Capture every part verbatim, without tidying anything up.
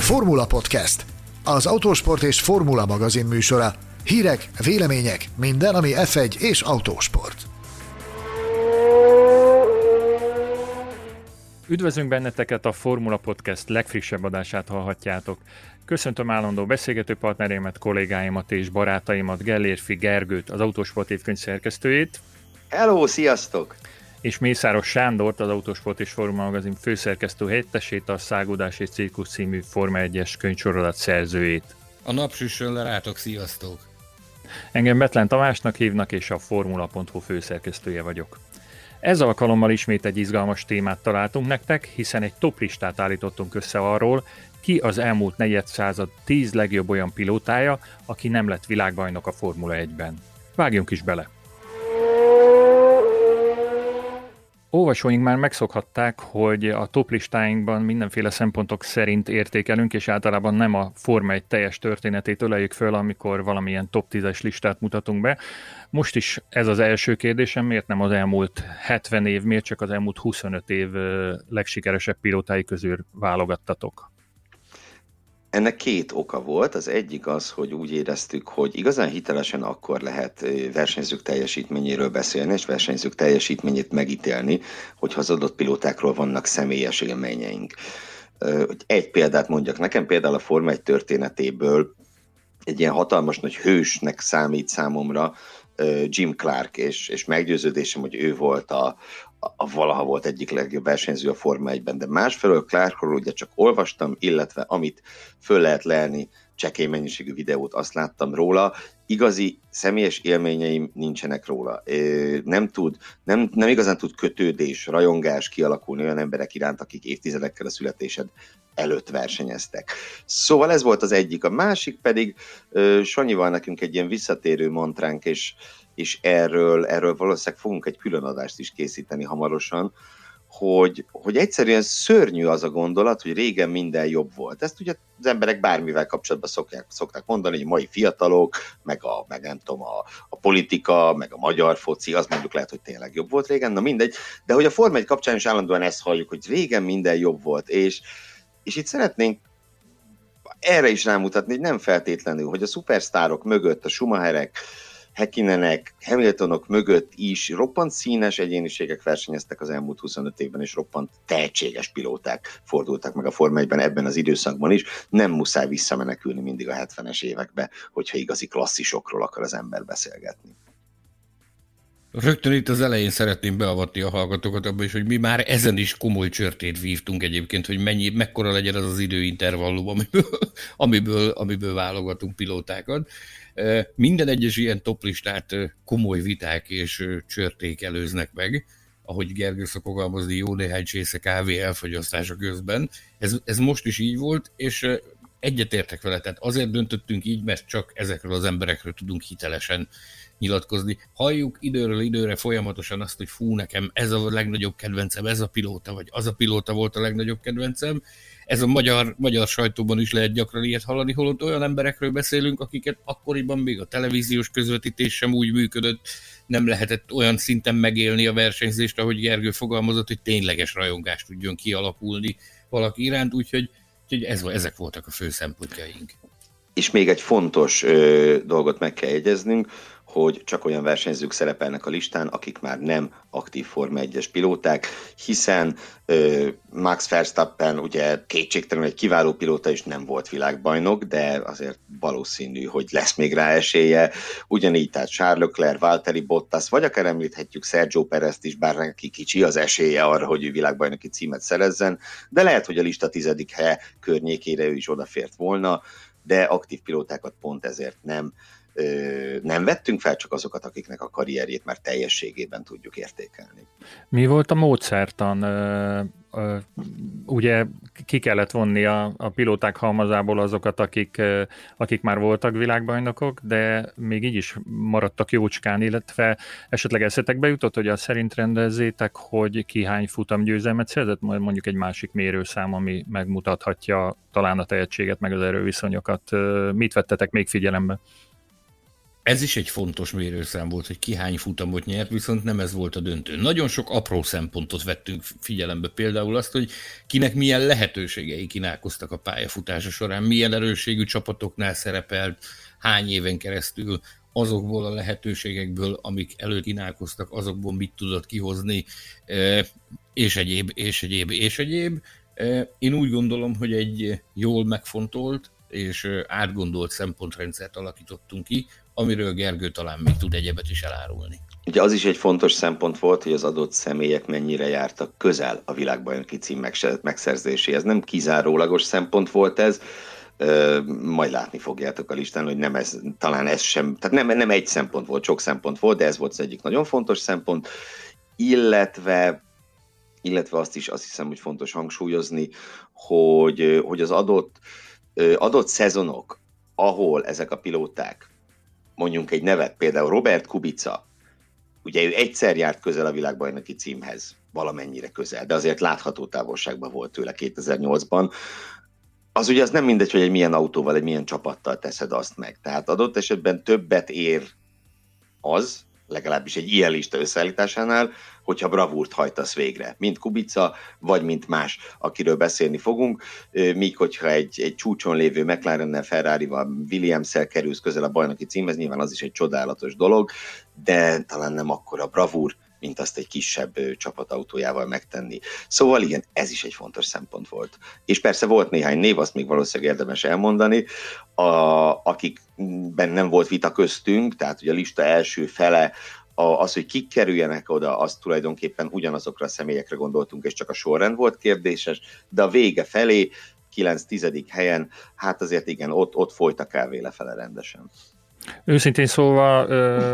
Formula Podcast, az autósport és formula magazin műsora. Hírek, vélemények, minden, ami ef egy és autósport. Üdvözlünk benneteket, a Formula Podcast legfrissebb adását hallhatjátok. Köszöntöm állandó beszélgető partnereimet, kollégáimat és barátaimat, Gellérfi Gergőt, az Autósport évkönyv szerkesztőjét. Hello, sziasztok! És Mészáros Sándort, az Autósport és Formula magazin főszerkesztő helyettesét, a Száguldás és Cirkusz című Forma egyes könyvsorozat szerzőjét. A napsüssön le rátok, sziasztok! Engem Betlen Tamásnak hívnak, és a Formula pont hu főszerkesztője vagyok. Ez alkalommal ismét egy izgalmas témát találtunk nektek, hiszen egy toplistát állítottunk össze arról, ki az elmúlt negyedszázad tíz legjobb olyan pilótája, aki nem lett világbajnok a Formula egyben. Vágjunk is bele! Olvasóink már megszokhatták, hogy a toplistáinkban mindenféle szempontok szerint értékelünk, és általában nem a Forma egy teljes történetét öleljük föl, amikor valamilyen top tízes listát mutatunk be. Most is ez az első kérdésem, miért nem az elmúlt hetven év, miért csak az elmúlt huszonöt év legsikeresebb pilótái közül válogattatok? Ennek két oka volt. Az egyik az, hogy úgy éreztük, hogy igazán hitelesen akkor lehet versenyzők teljesítményéről beszélni, és versenyzők teljesítményét megítélni, hogyha az adott pilótákról vannak személyes élményeink. Egy példát mondjak nekem, például a Forma egy történetéből egy ilyen hatalmas nagy hősnek számít számomra Jim Clark, és, és meggyőződésem, hogy ő volt a, a valaha volt egyik legjobb versenyző a Forma egyben, de másfelől Clarkról ugye csak olvastam, illetve amit föl lehet lelni, csekély mennyiségű videót, azt láttam róla, igazi személyes élményeim nincsenek róla. Nem tud, nem, nem igazán tud kötődés, rajongás kialakulni olyan emberek iránt, akik évtizedekkel a születésed előtt versenyeztek. Szóval ez volt az egyik. A másik pedig Sanyival nekünk egy ilyen visszatérő mantránk, és, és erről, erről valószínűleg fogunk egy külön adást is készíteni hamarosan, hogy, hogy egyszerűen szörnyű az a gondolat, hogy régen minden jobb volt. Ezt ugye az emberek bármivel kapcsolatban szokják, szokták mondani, hogy a mai fiatalok, meg a, meg nem tudom, a, a politika, meg a magyar foci, az mondjuk lehet, hogy tényleg jobb volt régen, na mindegy, de hogy a Forma egy kapcsán is állandóan ezt halljuk, hogy régen minden jobb volt, és, és itt szeretnénk erre is rámutatni, hogy nem feltétlenül, hogy a szupersztárok mögött, a Schumacherek, Häkkinenek, Hamiltonok mögött is roppant színes egyéniségek versenyeztek az elmúlt huszonöt évben, és roppant tehetséges pilóták fordultak meg a Forma egyben ebben az időszakban is. Nem muszáj visszamenekülni mindig a hetvenes évekbe, hogyha igazi klasszisokról akar az ember beszélgetni. Rögtön itt az elején szeretném beavatni a hallgatókat abban is, hogy mi már ezen is komoly csörtét vívtunk egyébként, hogy mennyi, mekkora legyen az az időintervallum, amiből, amiből, amiből válogatunk pilótákat. Minden egyes ilyen toplistát komoly viták és csörték előznek meg, ahogy Gergő szok fogalmazni, jó néhány csésze kávé elfogyasztása közben. Ez, ez most is így volt, és egyetértek vele, tehát azért döntöttünk így, mert csak ezekről az emberekről tudunk hitelesen nyilatkozni. Halljuk időről időre folyamatosan azt, hogy fú, nekem ez a legnagyobb kedvencem, ez a pilóta, vagy az a pilóta volt a legnagyobb kedvencem. Ez a magyar, magyar sajtóban is lehet gyakran ilyet hallani, holott olyan emberekről beszélünk, akiket akkoriban még a televíziós közvetítés sem úgy működött, nem lehetett olyan szinten megélni a versenyzést, ahogy Gergő fogalmazott, hogy tényleges rajongás tudjon kialakulni valaki iránt, úgyhogy, úgyhogy ez, ezek voltak a fő szempontjaink. És még egy fontos ö, dolgot meg kell jegyeznünk, hogy csak olyan versenyzők szerepelnek a listán, akik már nem aktív Forma egyes pilóták, hiszen ö, Max Verstappen ugye kétségtelenül egy kiváló pilóta is nem volt világbajnok, de azért valószínű, hogy lesz még rá esélye. Ugyanígy tehát Charles Leclerc, Valtteri Bottas, vagy akár említhetjük Sergio Perezt is, bár neki kicsi az esélye arra, hogy ő világbajnoki címet szerezzen, de lehet, hogy a lista tizedik helye környékére ő is odafért volna, de aktív pilótákat pont ezért nem nem vettünk fel, csak azokat, akiknek a karrierjét már teljességében tudjuk értékelni. Mi volt a módszertan? Ugye ki kellett vonni a, a pilóták halmazából azokat, akik, akik már voltak világbajnokok, de még így is maradtak jócskán, illetve esetleg eszetekbe jutott, hogy azt szerint rendezzétek, hogy ki hány futamgyőzelmet szerzett, majd mondjuk egy másik mérőszám, ami megmutathatja talán a tehetséget, meg az erőviszonyokat. Mit vettetek még figyelembe? Ez is egy fontos mérőszám volt, hogy ki hány futamot nyert, viszont nem ez volt a döntő. Nagyon sok apró szempontot vettünk figyelembe, például azt, hogy kinek milyen lehetőségei kínálkoztak a pályafutása során, milyen erősségű csapatoknál szerepelt, hány éven keresztül, azokból a lehetőségekből, amik előtt kínálkoztak, azokból mit tudott kihozni, és egyéb, és egyéb, és egyéb. Én úgy gondolom, hogy egy jól megfontolt és átgondolt szempontrendszert alakítottunk ki, amiről Gergő talán még tud egyebet is elárulni. Ugye az is egy fontos szempont volt, hogy az adott személyek mennyire jártak közel a világbajnoki cím megszerzéséhez. Nem kizárólagos szempont volt ez, majd látni fogjátok a listán, hogy nem ez, talán ez sem, tehát nem, nem egy szempont volt, sok szempont volt, de ez volt az egyik nagyon fontos szempont, illetve, illetve azt is azt hiszem, hogy fontos hangsúlyozni, hogy, hogy az adott, adott szezonok, ahol ezek a pilóták, mondjunk egy nevet, például Robert Kubica, ugye ő egyszer járt közel a világbajnoki címhez, valamennyire közel, de azért látható távolságban volt tőle kétezer-nyolcban, az ugye az nem mindegy, hogy egy milyen autóval, egy milyen csapattal teszed azt meg. Tehát adott esetben többet ér az, legalábbis egy ilyen lista összeállításánál, hogyha bravúrt hajtasz végre, mint Kubica, vagy mint más, akiről beszélni fogunk, míg hogyha egy, egy csúcson lévő McLarennel, Ferrarival, Williams-szel kerülsz közel a bajnoki címhez, nyilván az is egy csodálatos dolog, de talán nem akkora bravúr, mint azt egy kisebb csapatautójával megtenni. Szóval igen, ez is egy fontos szempont volt. És persze volt néhány név, azt még valószínűleg érdemes elmondani, a, akikben nem volt vita köztünk, tehát ugye a lista első fele, a, az, hogy kik kerüljenek oda, az tulajdonképpen ugyanazokra a személyekre gondoltunk, és csak a sorrend volt kérdéses, de a vége felé, kilenc-tizedik helyen, hát azért igen, ott, ott folytak el vélefele rendesen. Őszintén szólva,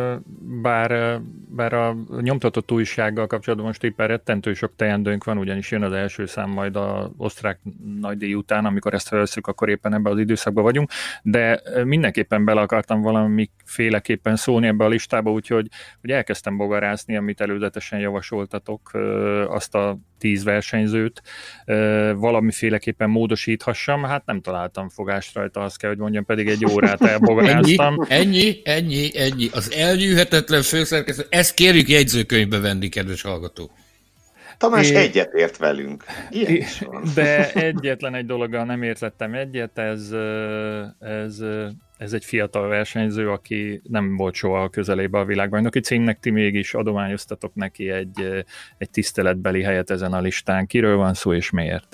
bár, bár a nyomtatott újsággal kapcsolatban most éppen rettentő sok teendőnk van, ugyanis jön az első szám majd az osztrák nagydíj után, amikor ezt felveszünk, akkor éppen ebben az időszakban vagyunk, de mindenképpen bele akartam valamiféleképpen szólni ebbe a listába, úgyhogy hogy elkezdtem bogarászni, amit előzetesen javasoltatok, azt a tíz versenyzőt valamiféleképpen módosíthassam, hát nem találtam fogást rajta, azt kell, hogy mondjam, pedig egy órát elbogaráztam. Ennyi, ennyi, ennyi. Az elnyűhetetlen főszerkesztő, ezt kérjük jegyzőkönyvbe venni, kedves hallgató. Tamás é... egyet ért velünk. Ilyen is van. De egyetlen egy dologgal nem értettem egyet, ez, ez, ez egy fiatal versenyző, aki nem volt soha a közelébe a világbajnoki címnek, ti mégis adományoztatok neki egy, egy tiszteletbeli helyet ezen a listán. Kiről van szó és miért?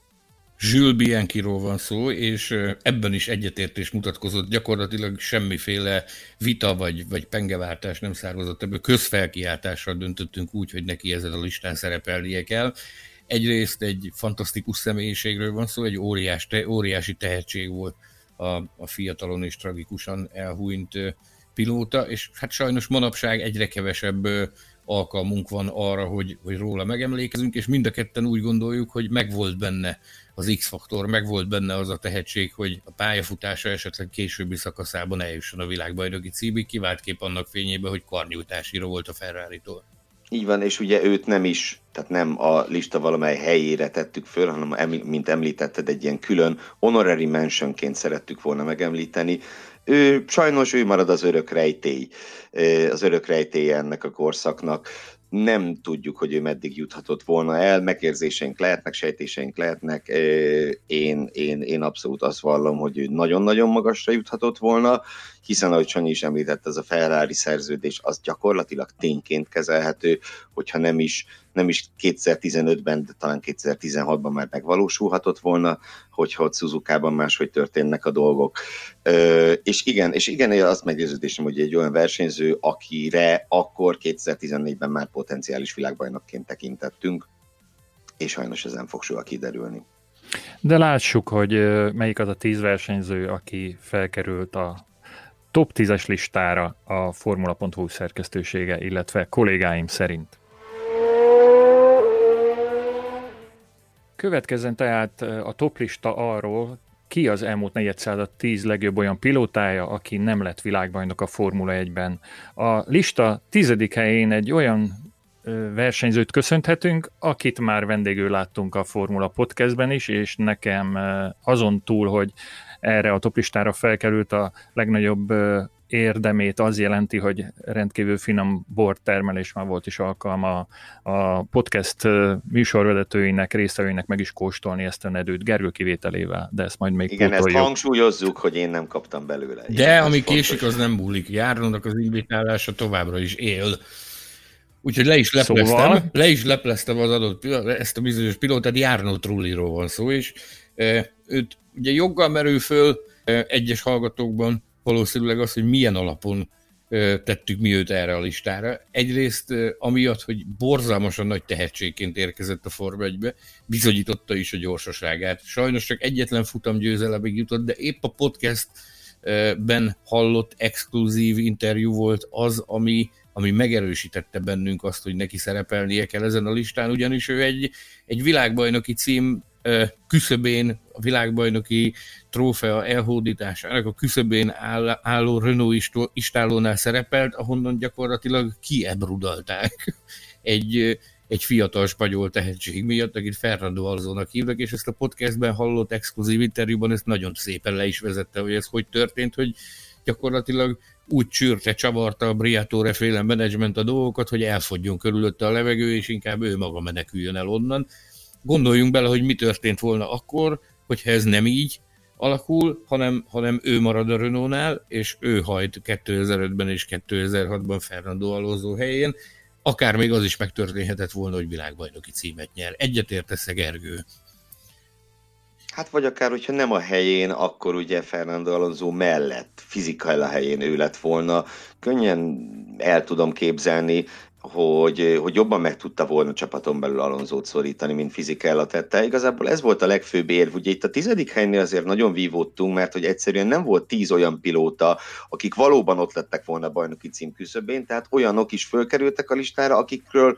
Jules Bianchiról van szó, és ebben is egyetértés mutatkozott, gyakorlatilag semmiféle vita vagy, vagy pengeváltás nem származott ebből, közfelkiáltással döntöttünk úgy, hogy neki ezen a listán szerepelnie kell. Egyrészt egy fantasztikus személyiségről van szó, egy óriás, te, óriási tehetség volt a, a fiatalon és tragikusan elhúnyt pilóta, és hát sajnos manapság egyre kevesebb alkalmunk van arra, hogy, hogy róla megemlékezünk, és mind a ketten úgy gondoljuk, hogy megvolt benne az X-faktor, megvolt benne az a tehetség, hogy a pályafutása esetleg későbbi szakaszában eljusson a világbajnoki címig, kiváltképp annak fényében, hogy karnyújtásíró volt a Ferraritól. Így van, és ugye őt nem is, tehát nem a lista valamely helyére tettük föl, hanem mint említetted, egy ilyen külön honorary mentionként szerettük volna megemlíteni. Ő, sajnos ő marad az örök rejtély, az örök rejtélye ennek a korszaknak. Nem tudjuk, hogy ő meddig juthatott volna el, megérzéseink lehetnek, sejtéseink lehetnek. Én, én, én abszolút azt vallom, hogy ő nagyon-nagyon magasra juthatott volna, hiszen ahogy Sanyi is említett, ez a Ferrari szerződés az gyakorlatilag tényként kezelhető, hogyha nem is, nem is kétezer-tizenötben, de talán kétezer-tizenhatban már megvalósulhatott volna, hogyha ott Suzukában máshogy történnek a dolgok. Ö, és igen, és igen, azt meggyőződésem, hogy egy olyan versenyző, akire akkor kétezer-tizennégyben már potenciális világbajnokként tekintettünk, és sajnos ez nem fog soha kiderülni. De lássuk, hogy melyik az a tíz versenyző, aki felkerült a top tízes listára a Formula pont hu szerkesztősége, illetve kollégáim szerint. Következzen tehát a toplista arról, ki az elmúlt negyedszázad tíz legjobb olyan pilótája, aki nem lett világbajnok a Formula egyben. A lista tizedik helyén egy olyan versenyzőt köszönhetünk, akit már vendégül láttunk a Formula Podcastben is, és nekem azon túl, hogy erre a toplistára felkerült a legnagyobb érdemét az jelenti, hogy rendkívül finom bortermelés, már volt is alkalma a podcast műsorvezetőinek, résztvevőinek meg is kóstolni ezt a nedűt, Gergő kivételével, de ezt majd még igen, pótoljuk. Ezt hangsúlyozzuk, hogy én nem kaptam belőle. De igen, ami késik, az nem múlik. Járnónak az invitálása továbbra is él. Úgyhogy le is lepleztem, szóval... le is lepleztem az adott, ezt a bizonyos pilótát, Jarno Trulliról van szó, és e, őt ugye joggal merül föl e, egyes hallgatókban valószínűleg az, hogy milyen alapon e, tettük mi őt erre a listára. Egyrészt e, amiatt, hogy borzalmasan nagy tehetségként érkezett a Forma egybe, bizonyította is a gyorsaságát. Sajnos csak egyetlen futam győzelemig jutott, de épp a podcastben hallott exkluzív interjú volt az, ami ami megerősítette bennünk azt, hogy neki szerepelnie kell ezen a listán, ugyanis ő egy, egy világbajnoki cím küszöbén, a világbajnoki trófea elhódításának a küszöbén áll, álló Renault istálónál szerepelt, ahonnan gyakorlatilag kiebrudalták egy, egy fiatal spanyol tehetség miatt, akit Fernando Alonsonak hívnak, és ezt a podcastben hallott exkluzív interjúban ezt nagyon szépen le is vezette, hogy ez hogy történt, hogy gyakorlatilag úgy csűrte, csavarta a Briatore féle menedzsment a dolgokat, hogy elfogjon körülötte a levegő, és inkább ő maga meneküljön el onnan. Gondoljunk bele, hogy mi történt volna akkor, hogyha ez nem így alakul, hanem, hanem ő marad a Renault-nál, és ő hajt kétezer-ötben és kétezer-hatban Fernando Alonso helyén. Akár még az is megtörténhetett volna, hogy világbajnoki címet nyer. Egyetértesz-e, Gergő? Hát vagy akár, hogyha nem a helyén, akkor ugye Fernando Alonso mellett, fizikai a helyén ő lett volna. Könnyen el tudom képzelni, hogy, hogy jobban meg tudta volna csapaton belül Alonsót szorítani, mint fizikára tette. Igazából ez volt a legfőbb érv. Ugye itt a tizedik helynél azért nagyon vívódtunk, mert hogy egyszerűen nem volt tíz olyan pilóta, akik valóban ott lettek volna a bajnoki cím küszöbén, tehát olyanok is fölkerültek a listára, akikről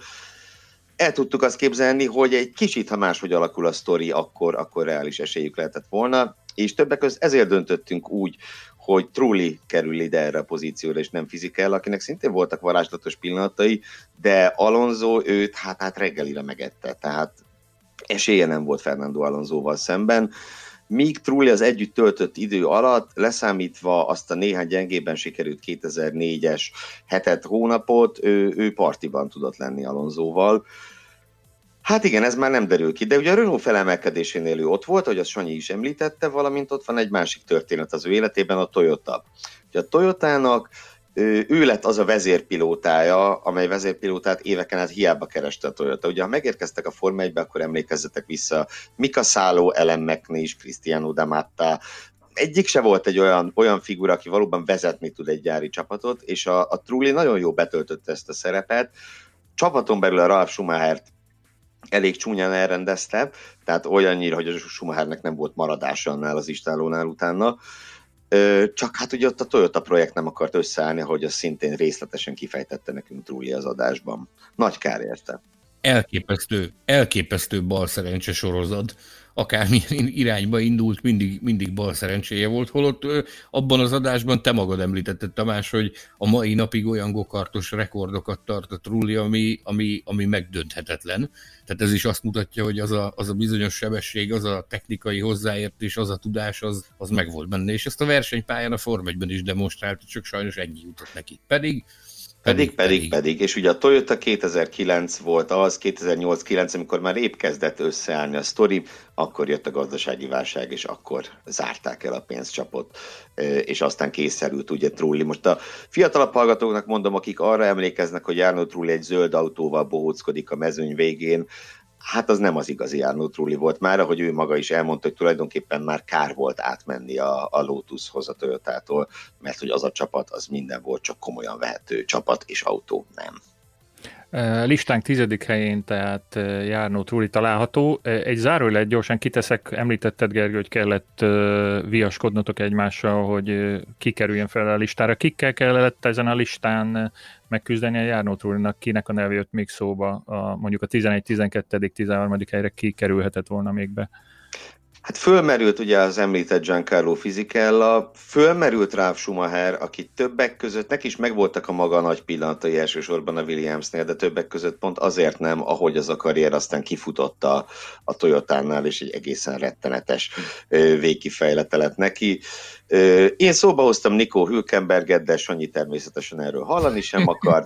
el tudtuk azt képzelni, hogy egy kicsit, ha máshogy alakul a sztori, akkor, akkor reális esélyük lehetett volna, és többek között ezért döntöttünk úgy, hogy Trulli kerül ide erre a pozícióra, és nem Fisichella, akinek szintén voltak varázslatos pillanatai, de Alonso őt hát, hát reggelire megette, tehát esélye nem volt Fernando Alonsóval szemben, míg Trulli az együtt töltött idő alatt, leszámítva azt a néhány gyengében sikerült kétezer-négyes hetet, hónapot, ő, ő partiban tudott lenni Alonsóval. Hát igen, ez már nem derül ki, de ugye a Renault felemelkedésénél ő ott volt, ahogy azt Sanyi is említette, valamint ott van egy másik történet az ő életében, a Toyota. Ugye a Toyotának ő, ő lett az a vezérpilótája, amely vezérpilótát éveken át hiába kereste a Toyota. Ugye ha megérkeztek a Forma egybe, akkor emlékezzetek vissza Mika Salo, Ellen McNeish, Cristiano D'Amatta, egyik se volt egy olyan, olyan figura, aki valóban vezetni tud egy gyári csapatot, és a, a Trulli nagyon jól betöltötte ezt a szerepet. Csapaton belül a Ralf Schumachert elég csúnyán elrendezte, tehát olyannyira, hogy a Schumachernek nem volt maradása annál az istálónál utána. Csak hát ugye ott a Toyota projekt nem akart összeállni, ahogy azt szintén részletesen kifejtette nekünk Trulli az adásban. Nagy kár érte. Elképesztő, elképesztő balszerencse sorozat. Akármilyen irányba indult, mindig, mindig balszerencséje volt, holott abban az adásban te magad említetted, Tamás, hogy a mai napig olyan gokartos rekordokat tart a Trulli, ami, ami, ami megdönthetetlen. Tehát ez is azt mutatja, hogy az a, az a bizonyos sebesség, az a technikai hozzáértés, az a tudás, az, az megvolt benne, és ezt a versenypályán a Forma egyben is demonstrálta, csak sajnos ennyi jutott neki. Pedig Pedig, pedig, pedig, pedig. És ugye a Toyota kétezer-kilenc volt az, kétezer-nyolc-kilenc, amikor már épp kezdett összeállni a sztori, akkor jött a gazdasági válság, és akkor zárták el a pénzcsapot, és aztán készelült ugye Trulli. Most a fiatalabb hallgatóknak mondom, akik arra emlékeznek, hogy Jarno Trulli egy zöld autóval bohóckodik a mezőny végén, hát az nem az igazi Jarno Trulli volt már, ahogy ő maga is elmondta, hogy tulajdonképpen már kár volt átmenni a, a Lotushoz a Toyotától, mert hogy az a csapat, az minden volt, csak komolyan vehető csapat és autó nem. Listánk tizedik helyén, tehát Jarno Trulli található. Egy zárójelet gyorsan kiteszek, említetted, Gergő, hogy kellett viaskodnotok egymással, hogy kikerüljön fel a listára. Kikkel kellett ezen a listán megküzdeni a Jarno Trullinak, kinek a neve jött még szóba, a, mondjuk a tizenegy, tizenkettő, tizenharmadik helyre ki kerülhetett volna még be? Hát fölmerült ugye az említett Giancarlo Fisichella, fölmerült Ralf Schumacher, aki többek között, neki is megvoltak a maga nagy pillanatai elsősorban a Williamsnél, de többek között pont azért nem, ahogy az a karrier aztán kifutott a, a Toyotánál, és egy egészen rettenetes végkifejlete lett neki. Én szóba hoztam Nico Hülkenberget, de Sanyi természetesen erről hallani sem akart.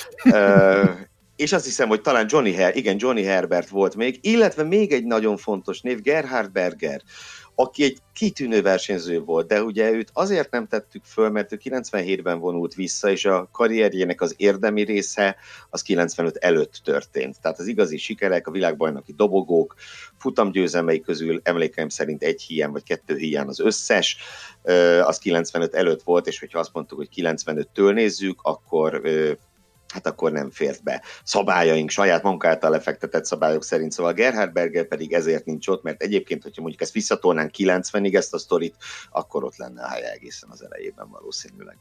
És azt hiszem, hogy talán Johnny, Her- igen, Johnny Herbert volt még, illetve még egy nagyon fontos név, Gerhard Berger, aki egy kitűnő versenyző volt, de ugye őt azért nem tettük föl, mert ő kilencvenhétben vonult vissza, és a karrierjének az érdemi része az kilencvenöt előtt történt. Tehát az igazi sikerek, a világbajnoki dobogók, futamgyőzelmei közül emlékeim szerint egy híján vagy kettő híján az összes, az kilencvenöt előtt volt, és hogyha azt mondtuk, hogy kilencvenöttől nézzük, akkor... hát akkor nem fért be. Szabályaink, saját magunk által lefektetett szabályok szerint, szóval Gerhard Berger pedig ezért nincs ott, mert egyébként, hogyha mondjuk ezt visszatolnánk kilencvenig ezt a sztorit, akkor ott lenne a helye egészen az elejében valószínűleg.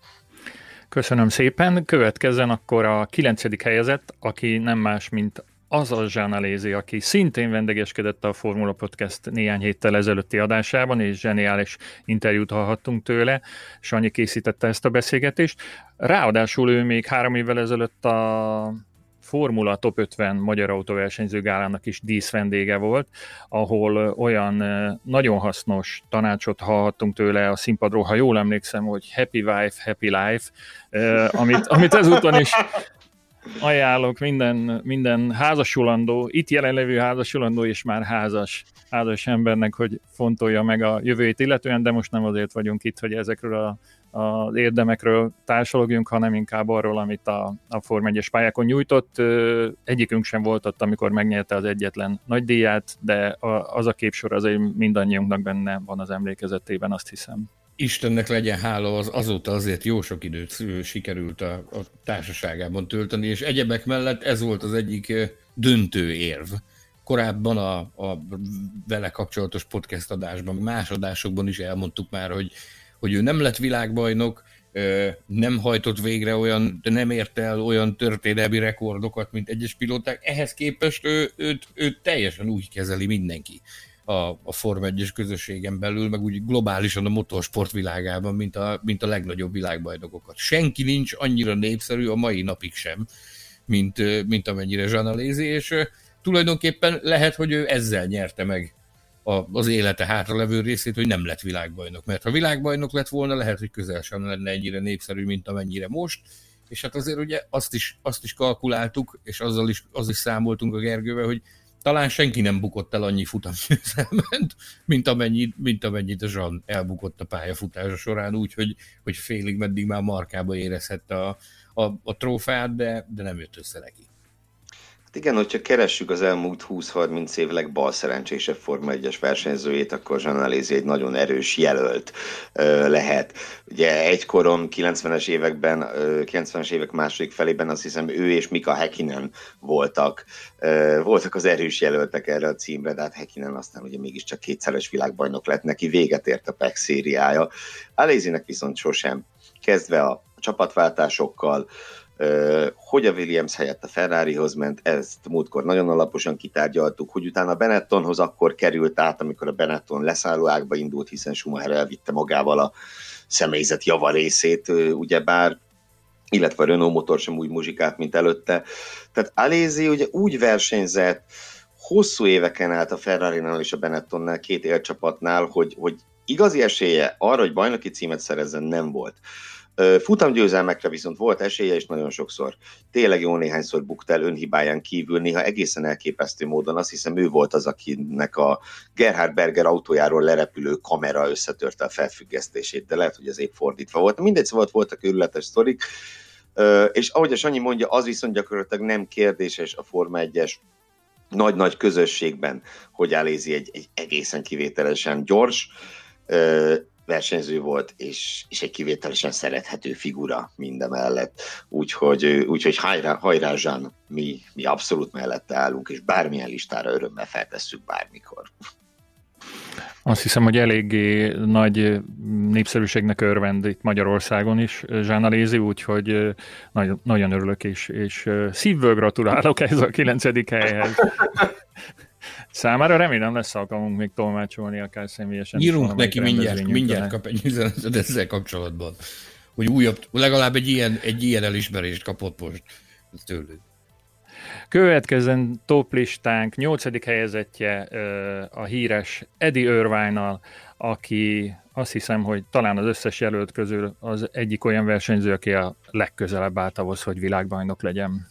Köszönöm szépen. Következzen akkor a kilencedik helyezett, aki nem más, mint az a Jean Alesi, aki szintén vendégeskedett a Formula Podcast néhány héttel ezelőtti adásában, és zseniális interjút hallhattunk tőle. Sanyi készítette ezt a beszélgetést. Ráadásul ő még három évvel ezelőtt a Formula Top ötven magyar autóversenyző gálának is díszvendége volt, ahol olyan nagyon hasznos tanácsot hallhattunk tőle a színpadról, ha jól emlékszem, hogy Happy Wife, Happy Life, amit, amit ezúton is ajánlok minden, minden házasulandó, itt jelenlevő házasulandó és már házas, házas embernek, hogy fontolja meg a jövőjét illetően, de most nem azért vagyunk itt, hogy ezekről a, az érdemekről társalogjunk, hanem inkább arról, amit a, a Forma egyes pályákon nyújtott. Egyikünk sem volt ott, amikor megnyerte az egyetlen nagy díját, de az a képsor azért mindannyiunknak benne van az emlékezetében, azt hiszem. Istennek legyen hála, az azóta azért jó sok időt sikerült a, a társaságában tölteni, és egyebek mellett ez volt az egyik döntő érv. Korábban a, a vele kapcsolatos podcast adásban, más adásokban is elmondtuk már, hogy, hogy ő nem lett világbajnok, nem hajtott végre olyan, nem ért el olyan történelmi rekordokat, mint egyes pilóták. Ehhez képest ő, őt, őt teljesen úgy kezeli mindenki a, a Forma egyes közösségen belül, meg úgy globálisan a motorsport világában, mint a, mint a legnagyobb világbajnokokat. Senki nincs annyira népszerű a mai napig sem, mint, mint amennyire Jean Alesi, és tulajdonképpen lehet, hogy ő ezzel nyerte meg a, az élete hátralevő részét, hogy nem lett világbajnok. Mert ha világbajnok lett volna, lehet, hogy közel sem lenne ennyire népszerű, mint amennyire most, és hát azért ugye azt is, azt is kalkuláltuk, és azzal is, az is számoltunk a Gergővel, hogy talán senki nem bukott el annyi futamgyőzelmet, mint, amennyi, mint amennyit a Jean elbukott a pályafutása során, úgyhogy hogy félig meddig már markába érezhette a, a, a trófeát, de, de nem jött össze neki. Hát igen, hogyha keressük az elmúlt húsz-harminc év legbalszerencsésebb Forma egyes versenyzőjét, akkor Jean Alesi egy nagyon erős jelölt uh, lehet. Ugye egykoron, kilencvenes években, uh, kilencvenes évek második felében azt hiszem ő és Mika Häkkinen voltak, uh, voltak az erős jelöltek erre a címre, de hát Häkkinen aztán ugye mégiscsak kétszeres világbajnok lett, neki véget ért a pé e cé szériája. Alesinek viszont sosem, kezdve a csapatváltásokkal, Uh, hogy a Williams helyett a Ferrarihoz ment, ezt múltkor nagyon alaposan kitárgyaltuk, hogy utána Benettonhoz akkor került át, amikor a Benetton leszállóágba indult, hiszen Schumacher elvitte magával a személyzet javarészét, uh, ugyebár, illetve a Renault motor sem úgy muzsikált, mint előtte. Tehát Alesi ugye úgy versenyzett, hosszú éveken át a Ferrarinál és a Benettonnál, két élcsapatnál, hogy, hogy igazi esélye arra, hogy bajnoki címet szerezzen, nem volt. Futamgyőzelmekre viszont volt esélye, és nagyon sokszor tényleg jó néhányszor bukt el önhibáján kívül, néha egészen elképesztő módon. Azt hiszem ő volt az, akinek a Gerhard Berger autójáról lerepülő kamera összetörte a felfüggesztését, de lehet, hogy ez épp fordítva volt. Mindegy, szóval voltak őrületes sztorik, és ahogy a Sanyi mondja, az viszont gyakorlatilag nem kérdéses a Forma egyes nagy-nagy közösségben, hogy Alesi egy, egy egészen kivételesen gyors versenyző volt, és, és egy kivételesen szerethető figura mindemellett. Úgyhogy, úgyhogy hajrá, hajrá Jean, mi, mi abszolút mellette állunk, és bármilyen listára örömmel feltesszük bármikor. Azt hiszem, hogy eléggé nagy népszerűségnek örvend itt Magyarországon is Jean Alesi, úgyhogy nagyon, nagyon örülök, és, és szívből gratulálok ez a kilencedik helyhez. Számára remélem lesz alkalmunk még tolmácsolni, akár személyesen. Írunk neki mindjárt, mindjárt kap egy üzenetet ezzel kapcsolatban, hogy újabb, legalább egy ilyen, egy ilyen elismerést kapott most tőlük. Következzen toplistánk nyolcadik helyezettje a híres Eddie Irvine-nal, aki azt hiszem, hogy talán az összes jelölt közül az egyik olyan versenyző, aki a legközelebb állt ahhoz, hogy világbajnok legyen.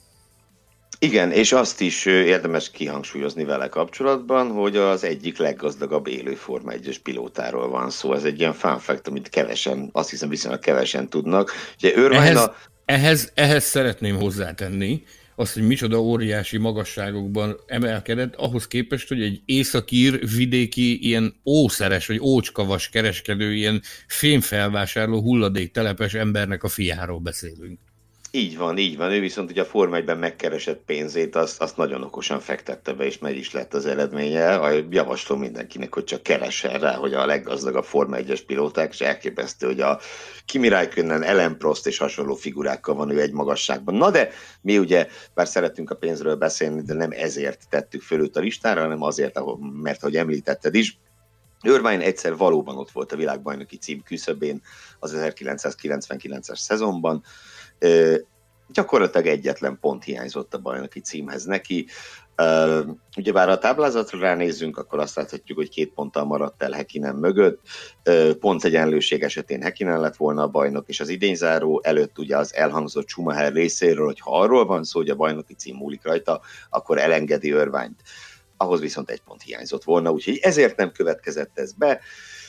Igen, és azt is érdemes kihangsúlyozni vele kapcsolatban, hogy az egyik leggazdagabb élő Forma egyes pilótáról van szó. Ez egy ilyen fun fact, amit kevesen, azt hiszem viszonylag kevesen tudnak. Ugye ehhez, a... ehhez, ehhez szeretném hozzátenni azt, hogy micsoda óriási magasságokban emelkedett, ahhoz képest, hogy egy északír, vidéki, ilyen ószeres, vagy ócskavas kereskedő, ilyen fémfelvásárló, hulladéktelepes embernek a fiáról beszélünk. Így van, így van. Ő viszont ugye a Forma egyben megkeresett pénzét, azt, azt nagyon okosan fektette be, és meg is lett az eredménye. Javaslom mindenkinek, hogy csak keressen rá, hogy a leggazdagabb Forma egyes pilóták, és elképesztő, hogy a Kimi Räikkönen, Alain Prost és hasonló figurákkal van ő egy magasságban. Na de mi ugye, bár szeretünk a pénzről beszélni, de nem ezért tettük föl őt a listára, hanem azért, mert ahogy említetted is, Irvine egyszer valóban ott volt a világbajnoki cím küszöbén az ezerkilencszázkilencvenkilences szezonban. Ö, gyakorlatilag egyetlen pont hiányzott a bajnoki címhez neki. Ö, ugyebár a táblázatra ránézzünk, akkor azt láthatjuk, hogy két ponttal maradt el Häkkinen mögött. Ö, pontegyenlőség esetén Häkkinen lett volna a bajnok, és az idényzáró előtt ugye az elhangzott Schumacher részéről, hogy ha arról van szó, hogy a bajnoki cím múlik rajta, akkor elengedi Irvine-t. Ahhoz viszont egy pont hiányzott volna, úgyhogy ezért nem következett ez be.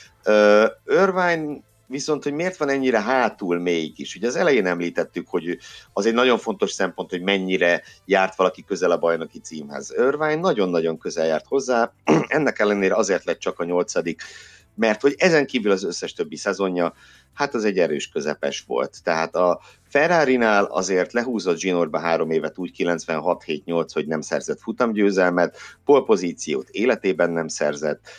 Ö, Irvine viszont, hogy miért van ennyire hátul mégis? Ugye az elején említettük, hogy az egy nagyon fontos szempont, hogy mennyire járt valaki közel a bajnoki címhez. Irvine nagyon-nagyon közel járt hozzá, ennek ellenére azért lett csak a nyolcadik, mert hogy ezen kívül az összes többi szezonja, hát az egy erős közepes volt. Tehát a Ferrarinál azért lehúzott zsinórba három évet úgy kilencvenhat hét nyolc, hogy nem szerzett futamgyőzelmet, polpozíciót életében nem szerzett,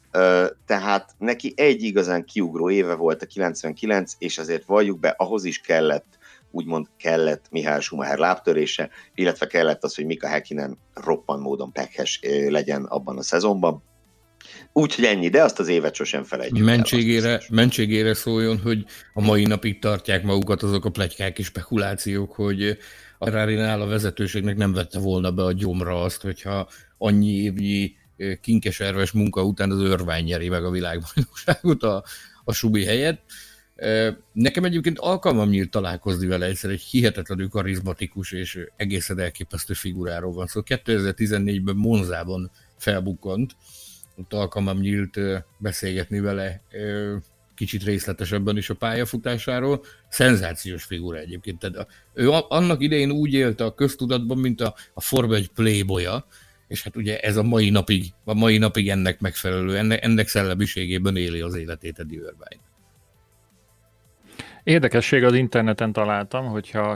tehát neki egy igazán kiugró éve volt a kilencvenkilenc, és azért valljuk be, ahhoz is kellett, úgymond kellett Michael Schumacher lábtörése, illetve kellett az, hogy Mika Häkkinen roppan módon pekhes legyen abban a szezonban. Úgyhogy ennyi, de azt az évet sosem felejtjük mentségére, el. Mentségére szóljon, hogy a mai napig tartják magukat azok a pletykák és spekulációk, hogy a Ferrarinál a vezetőségnek nem vette volna be a gyomra azt, hogyha annyi évnyi kinkeserves munka után az Irvine nyeri meg a világbajnokságot a, a Subi helyett. Nekem egyébként alkalmam nyílt találkozni vele, egyszer egy hihetetlenül karizmatikus és egészen elképesztő figuráról van szó. Szóval kétezer-tizennégyben Monzában felbukkant, ott alkalmam nyílt beszélgetni vele kicsit részletesebben is a pályafutásáról. Szenzációs figura egyébként. Tehát ő annak idején úgy élte a köztudatban, mint a, a Forma egy playboya, és hát ugye ez a mai napig, a mai napig ennek megfelelő, ennek, ennek szellemiségében éli az életét Eddie Irvine. Érdekesség, az interneten találtam, hogyha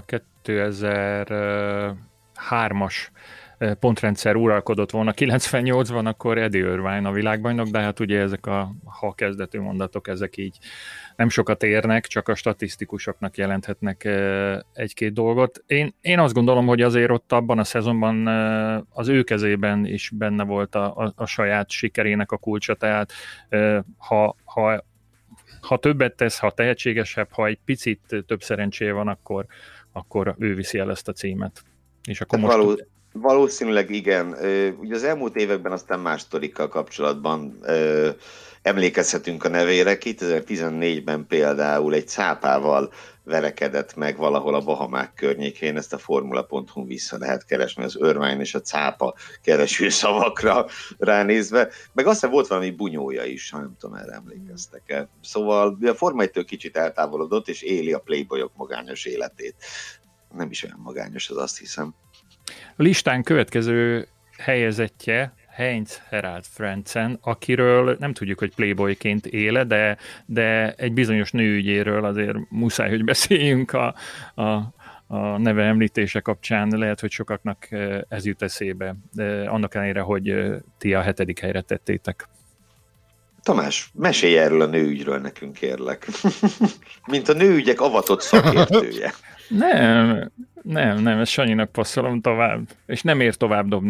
kétezer-hármas pontrendszer uralkodott volna kilencvennyolcban, akkor Eddie Irvine a világbajnok, de hát ugye ezek a ha kezdetű mondatok, ezek így nem sokat érnek, csak a statisztikusoknak jelenthetnek egy-két dolgot. Én, én azt gondolom, hogy azért ott abban a szezonban az ő kezében is benne volt a, a, a saját sikerének a kulcsa, tehát ha, ha, ha többet tesz, ha tehetségesebb, ha egy picit több szerencséje van, akkor, akkor ő viszi el ezt a címet. És akkor most... Való... Valószínűleg igen. Ugye az elmúlt években aztán más sztorikkal kapcsolatban ö, emlékezhetünk a nevére. kétezer-tizennégyben például egy cápával verekedett meg valahol a Bahamák környékén, ezt a formula pont hu vissza lehet keresni az Irvine és a cápa kereső szavakra ránézve. Meg aztán volt valami bunyója is, ha nem tudom, erre emlékeztek-e. Szóval a Forma egytől kicsit eltávolodott, és éli a playboyok magányos életét. Nem is olyan magányos, az azt hiszem. A listán következő helyezettje Heinz Harald Frentzen, akiről nem tudjuk, hogy playboyként éle, de, de egy bizonyos nőügyéről azért muszáj, hogy beszéljünk a, a, a neve említése kapcsán. Lehet, hogy sokaknak ez jut eszébe, de annak ellenére, hogy ti a hetedik helyre tettétek. Tamás, mesélj erről a nőügyről nekünk, kérlek. Mint a nőügyek avatott szakértője. Nem, nem, nem, ezt Sanyinak passzolom tovább, és nem ér tovább dobni.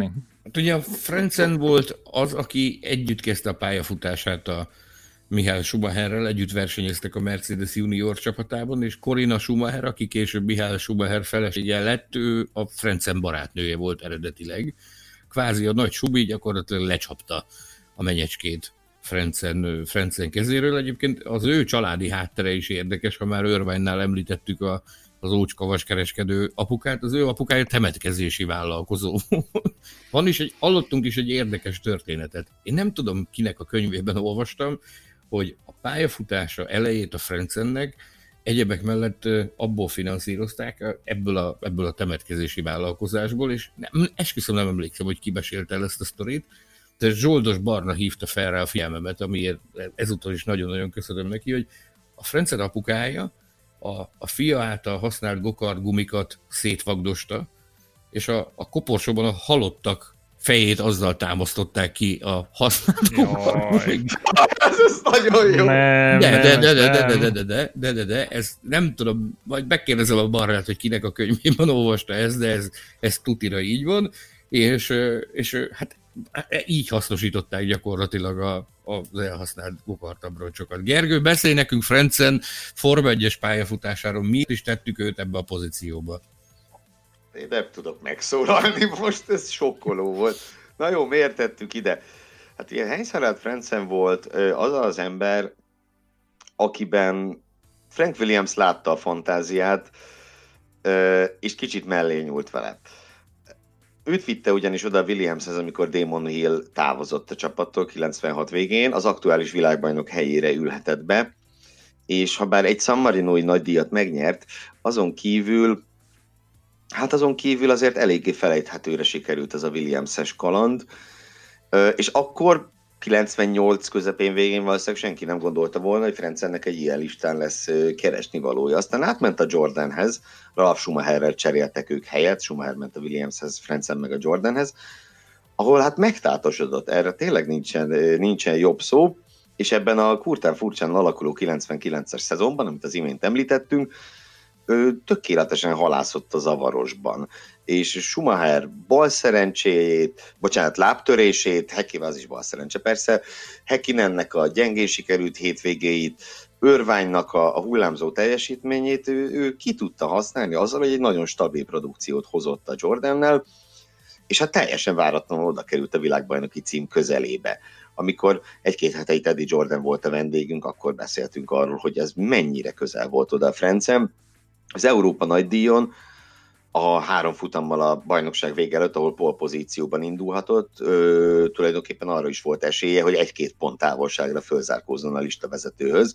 Hát ugye a Frentzen volt az, aki együtt kezdte a pályafutását a Michael Schumacherrel, együtt versenyeztek a Mercedes junior csapatában, és Corinna Schumacher, aki később Michael Schumacher felesége lett, ő a Frentzen barátnője volt eredetileg. Kvázi a nagy Subi gyakorlatilag lecsapta a menyecskét Frentzen, Frentzen kezéről. Egyébként az ő családi háttere is érdekes, ha már Irvine-nál említettük a, az ócska vaskereskedő apukát, az ő apukája temetkezési vállalkozó. Van is egy, hallottunk is egy érdekes történetet. Én nem tudom, kinek a könyvében olvastam, hogy a pályafutása elejét a Frenzennek egyebek mellett abból finanszírozták, ebből a, ebből a temetkezési vállalkozásból, és nem, esküszöm nem emlékszem, hogy ki mesélte el ezt a sztorit, de Zsoldos Barna hívta fel rá a figyelmemet, amiért ezúttal is nagyon-nagyon köszönöm neki, hogy a Frenzen apukája a, a fia által használt gokart gumikat szétvagdosta, és a, a koporsóban a halottak fejét azzal támasztották ki a használt gokart. Ez, ez nagyon jó. Nem, de, de, de, de, de, de, de, de, de, de, de, ez nem tudom, majd megkérdezem a Barrát, hogy kinek a könyvében olvasta ez, de ez, ez tutira így van, és, és hát így hasznosították gyakorlatilag a, az elhasznált gokartabroncsokat. Gergő, beszélj nekünk Frenzen Forma egyes pályafutásáról, miért is tettük őt ebbe a pozícióba? Én nem tudok megszólalni most, ez sokkoló volt. Na jó, miért tettük ide? Hát ilyen Heinz-Harald Frenzen volt az az ember, akiben Frank Williams látta a fantáziát, és kicsit mellé nyúlt vele. Őt vitte ugyanis oda Williamshez, amikor Damon Hill távozott a csapattól kilencvenhat végén, az aktuális világbajnok helyére ülhetett be, és ha bár egy San Marinói nagydíjat megnyert, azon kívül, hát azon kívül azért eléggé felejthetőre sikerült ez a Williamses kaland, és akkor kilencvennyolc közepén végén valószínűleg senki nem gondolta volna, hogy Frenzennek egy ilyen listán lesz keresni valója. Aztán átment a Jordanhez, Ralf Schumacherrel cseréltek ők helyet, Schumacher ment a Williamshez, Frenzen meg a Jordanhez, ahol hát megtátosodott, erre tényleg nincsen, nincsen jobb szó, és ebben a kurtán furcsán alakuló kilencvenkilences szezonban, amit az imént említettünk, ő tökéletesen halászott a zavarosban, és Schumacher bal szerencséjét, bocsánat, lábtörését, Häkkivel az is bal szerencse persze, Häkkinennek a gyengén sikerült hétvégéit, Irvine-nak a, a hullámzó teljesítményét ő, ő ki tudta használni azzal, hogy egy nagyon stabil produkciót hozott a Jordannel, és hát teljesen váratlanul oda került a világbajnoki cím közelébe. Amikor egy-két hete itt Eddie Jordan volt a vendégünk, akkor beszéltünk arról, hogy ez mennyire közel volt oda a Frenzen. Az Európa nagydíjon a három futammal a bajnokság vége előtt, ahol pole pozícióban indulhatott, ö, tulajdonképpen arra is volt esélye, hogy egy-két pont távolságra fölzárkózzon a listavezetőhöz.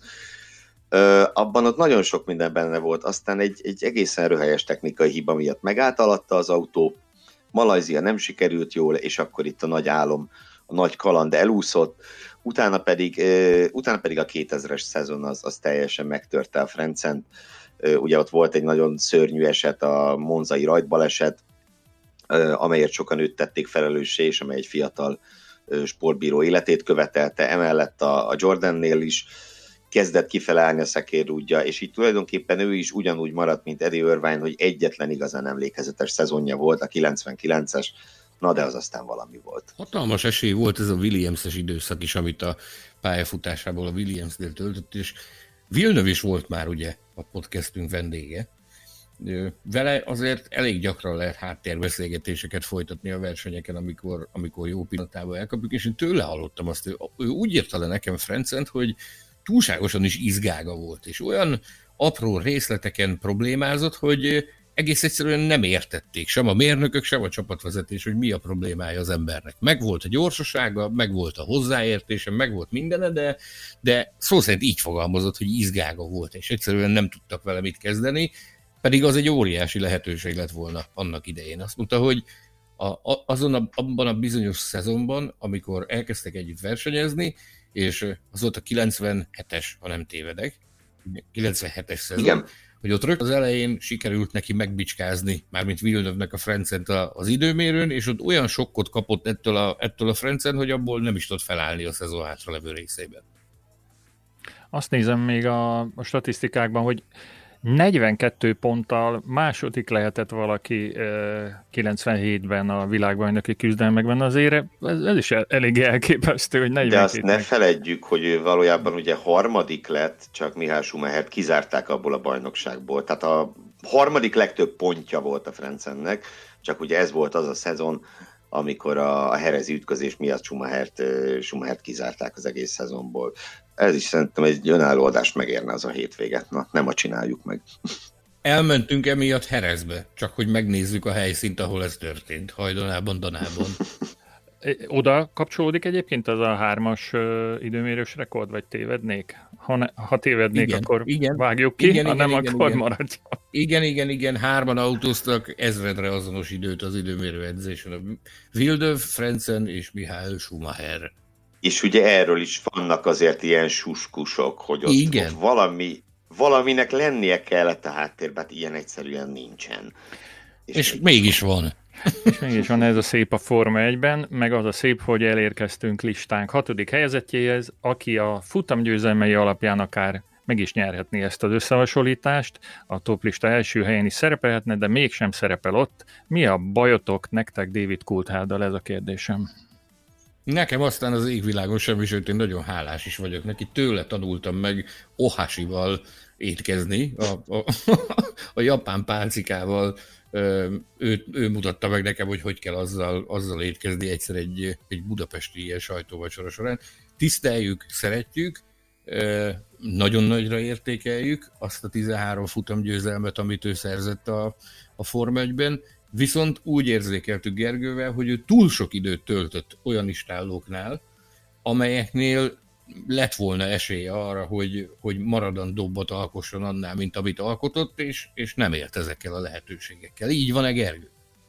Ö, abban ott nagyon sok minden benne volt, aztán egy, egy egészen röhelyes technikai hiba miatt megállt alatta az autó, Malajzia nem sikerült jól, és akkor itt a nagy álom, a nagy kaland elúszott, utána pedig, ö, utána pedig a kétezres szezon az, az teljesen megtörte a Frencent. Ugye ott volt egy nagyon szörnyű eset, a monzai rajtbaleset, amelyet sokan őt tették felelőssé, és amely egy fiatal sportbíró életét követelte. Emellett a, a Jordannél is kezdett kifelállni a szekérrúdja, és így tulajdonképpen ő is ugyanúgy maradt, mint Eddie Irvine, hogy egyetlen igazán emlékezetes szezonja volt, a kilencvenkilences, na de az aztán valami volt. Hatalmas esély volt ez a Williams-es időszak is, amit a pályafutásából a Williams-nél töltött, és Villeneuve is volt már ugye a podcastünk vendége. Vele azért elég gyakran lehet háttérbeszélgetéseket folytatni a versenyeken, amikor, amikor jó pillanatában elkapjuk, és én tőle hallottam azt, hogy ő úgy írta le nekem Frencent, hogy túlságosan is izgága volt, és olyan apró részleteken problémázott, hogy egész egyszerűen nem értették sem a mérnökök, sem a csapatvezetés, hogy mi a problémája az embernek. Megvolt a gyorsasága, megvolt a hozzáértése, megvolt mindene, de, de szó szerint így fogalmazott, hogy izgága volt, és egyszerűen nem tudtak vele mit kezdeni, pedig az egy óriási lehetőség lett volna annak idején. Azt mondta, hogy a, a, azon a, abban a bizonyos szezonban, amikor elkezdtek együtt versenyezni, és az volt a kilencvenhetes, ha nem tévedek, kilencvenhetes szezon, igen, hogy ott rögtön az elején sikerült neki megbicskázni, mármint Villeneuve-nek a Frencent az időmérőn, és ott olyan sokkot kapott ettől a, ettől a Frencen, hogy abból nem is tudott felállni a szezon hátralevő részében. Azt nézem még a, a statisztikákban, hogy negyvenkettő ponttal második lehetett valaki kilencvenhétben a világbajnoki küzdelmekben, azért ez, ez is elég elképesztő, hogy negyvenkét. De azt ne feledjük, hogy ő valójában ugye harmadik lett, csak Michael Schumachert kizárták abból a bajnokságból. Tehát a harmadik legtöbb pontja volt a Frenzennek, csak ugye ez volt az a szezon, amikor a herezi ütközés miatt Schumachert, Schumachert kizárták az egész szezonból. Ez is szerintem egy önálló adást megérne az a hétvéget. Na, nem a csináljuk meg. Elmentünk emiatt Jerezbe, csak hogy megnézzük a helyszínt, ahol ez történt. Hajdonában, Danában. Oda kapcsolódik egyébként az a hármas uh, időmérős rekord, vagy tévednék? Ha, ne, ha tévednék, igen, akkor igen, vágjuk ki, igen, ha nem, igen, akkor igen. maradjon. Igen, igen, igen, hárman autóztak ezredre azonos időt az időmérő edzésen. Villeneuve, Frentzen és Michael Schumacher. És ugye erről is vannak azért ilyen suskusok, hogy ott, ott valami, valaminek lennie kellett a háttérben, ilyen egyszerűen nincsen. És, és mégis van. És mégis van ez a szép a Forma egyben, meg az a szép, hogy elérkeztünk listánk hatodik helyezettjéhez, aki a futamgyőzelmei alapján akár meg is nyerhetné ezt az összehasonlítást, a toplista első helyen is szerepelhetne, de mégsem szerepel ott. Mi a bajotok nektek David Coultharddal, ez a kérdésem? Nekem aztán az égvilágon semmi, sőt én nagyon hálás is vagyok neki. Tőle tanultam meg ohashival étkezni, a, a, a japán pálcikával. Ő, ő mutatta meg nekem, hogy hogy kell azzal, azzal étkezni egyszer egy, egy budapesti ilyen sajtóvacsora során. Tiszteljük, szeretjük, nagyon nagyra értékeljük azt a tizenhárom futamgyőzelmet, amit ő szerzett a, a Forma egyben, viszont úgy érzékeltük Gergővel, hogy ő túl sok időt töltött olyan istállóknál, amelyeknél lett volna esélye arra, hogy, hogy maradandóbbat alkosson annál, mint amit alkotott, és, és nem élt ezekkel a lehetőségekkel. Így van-e, Gergő?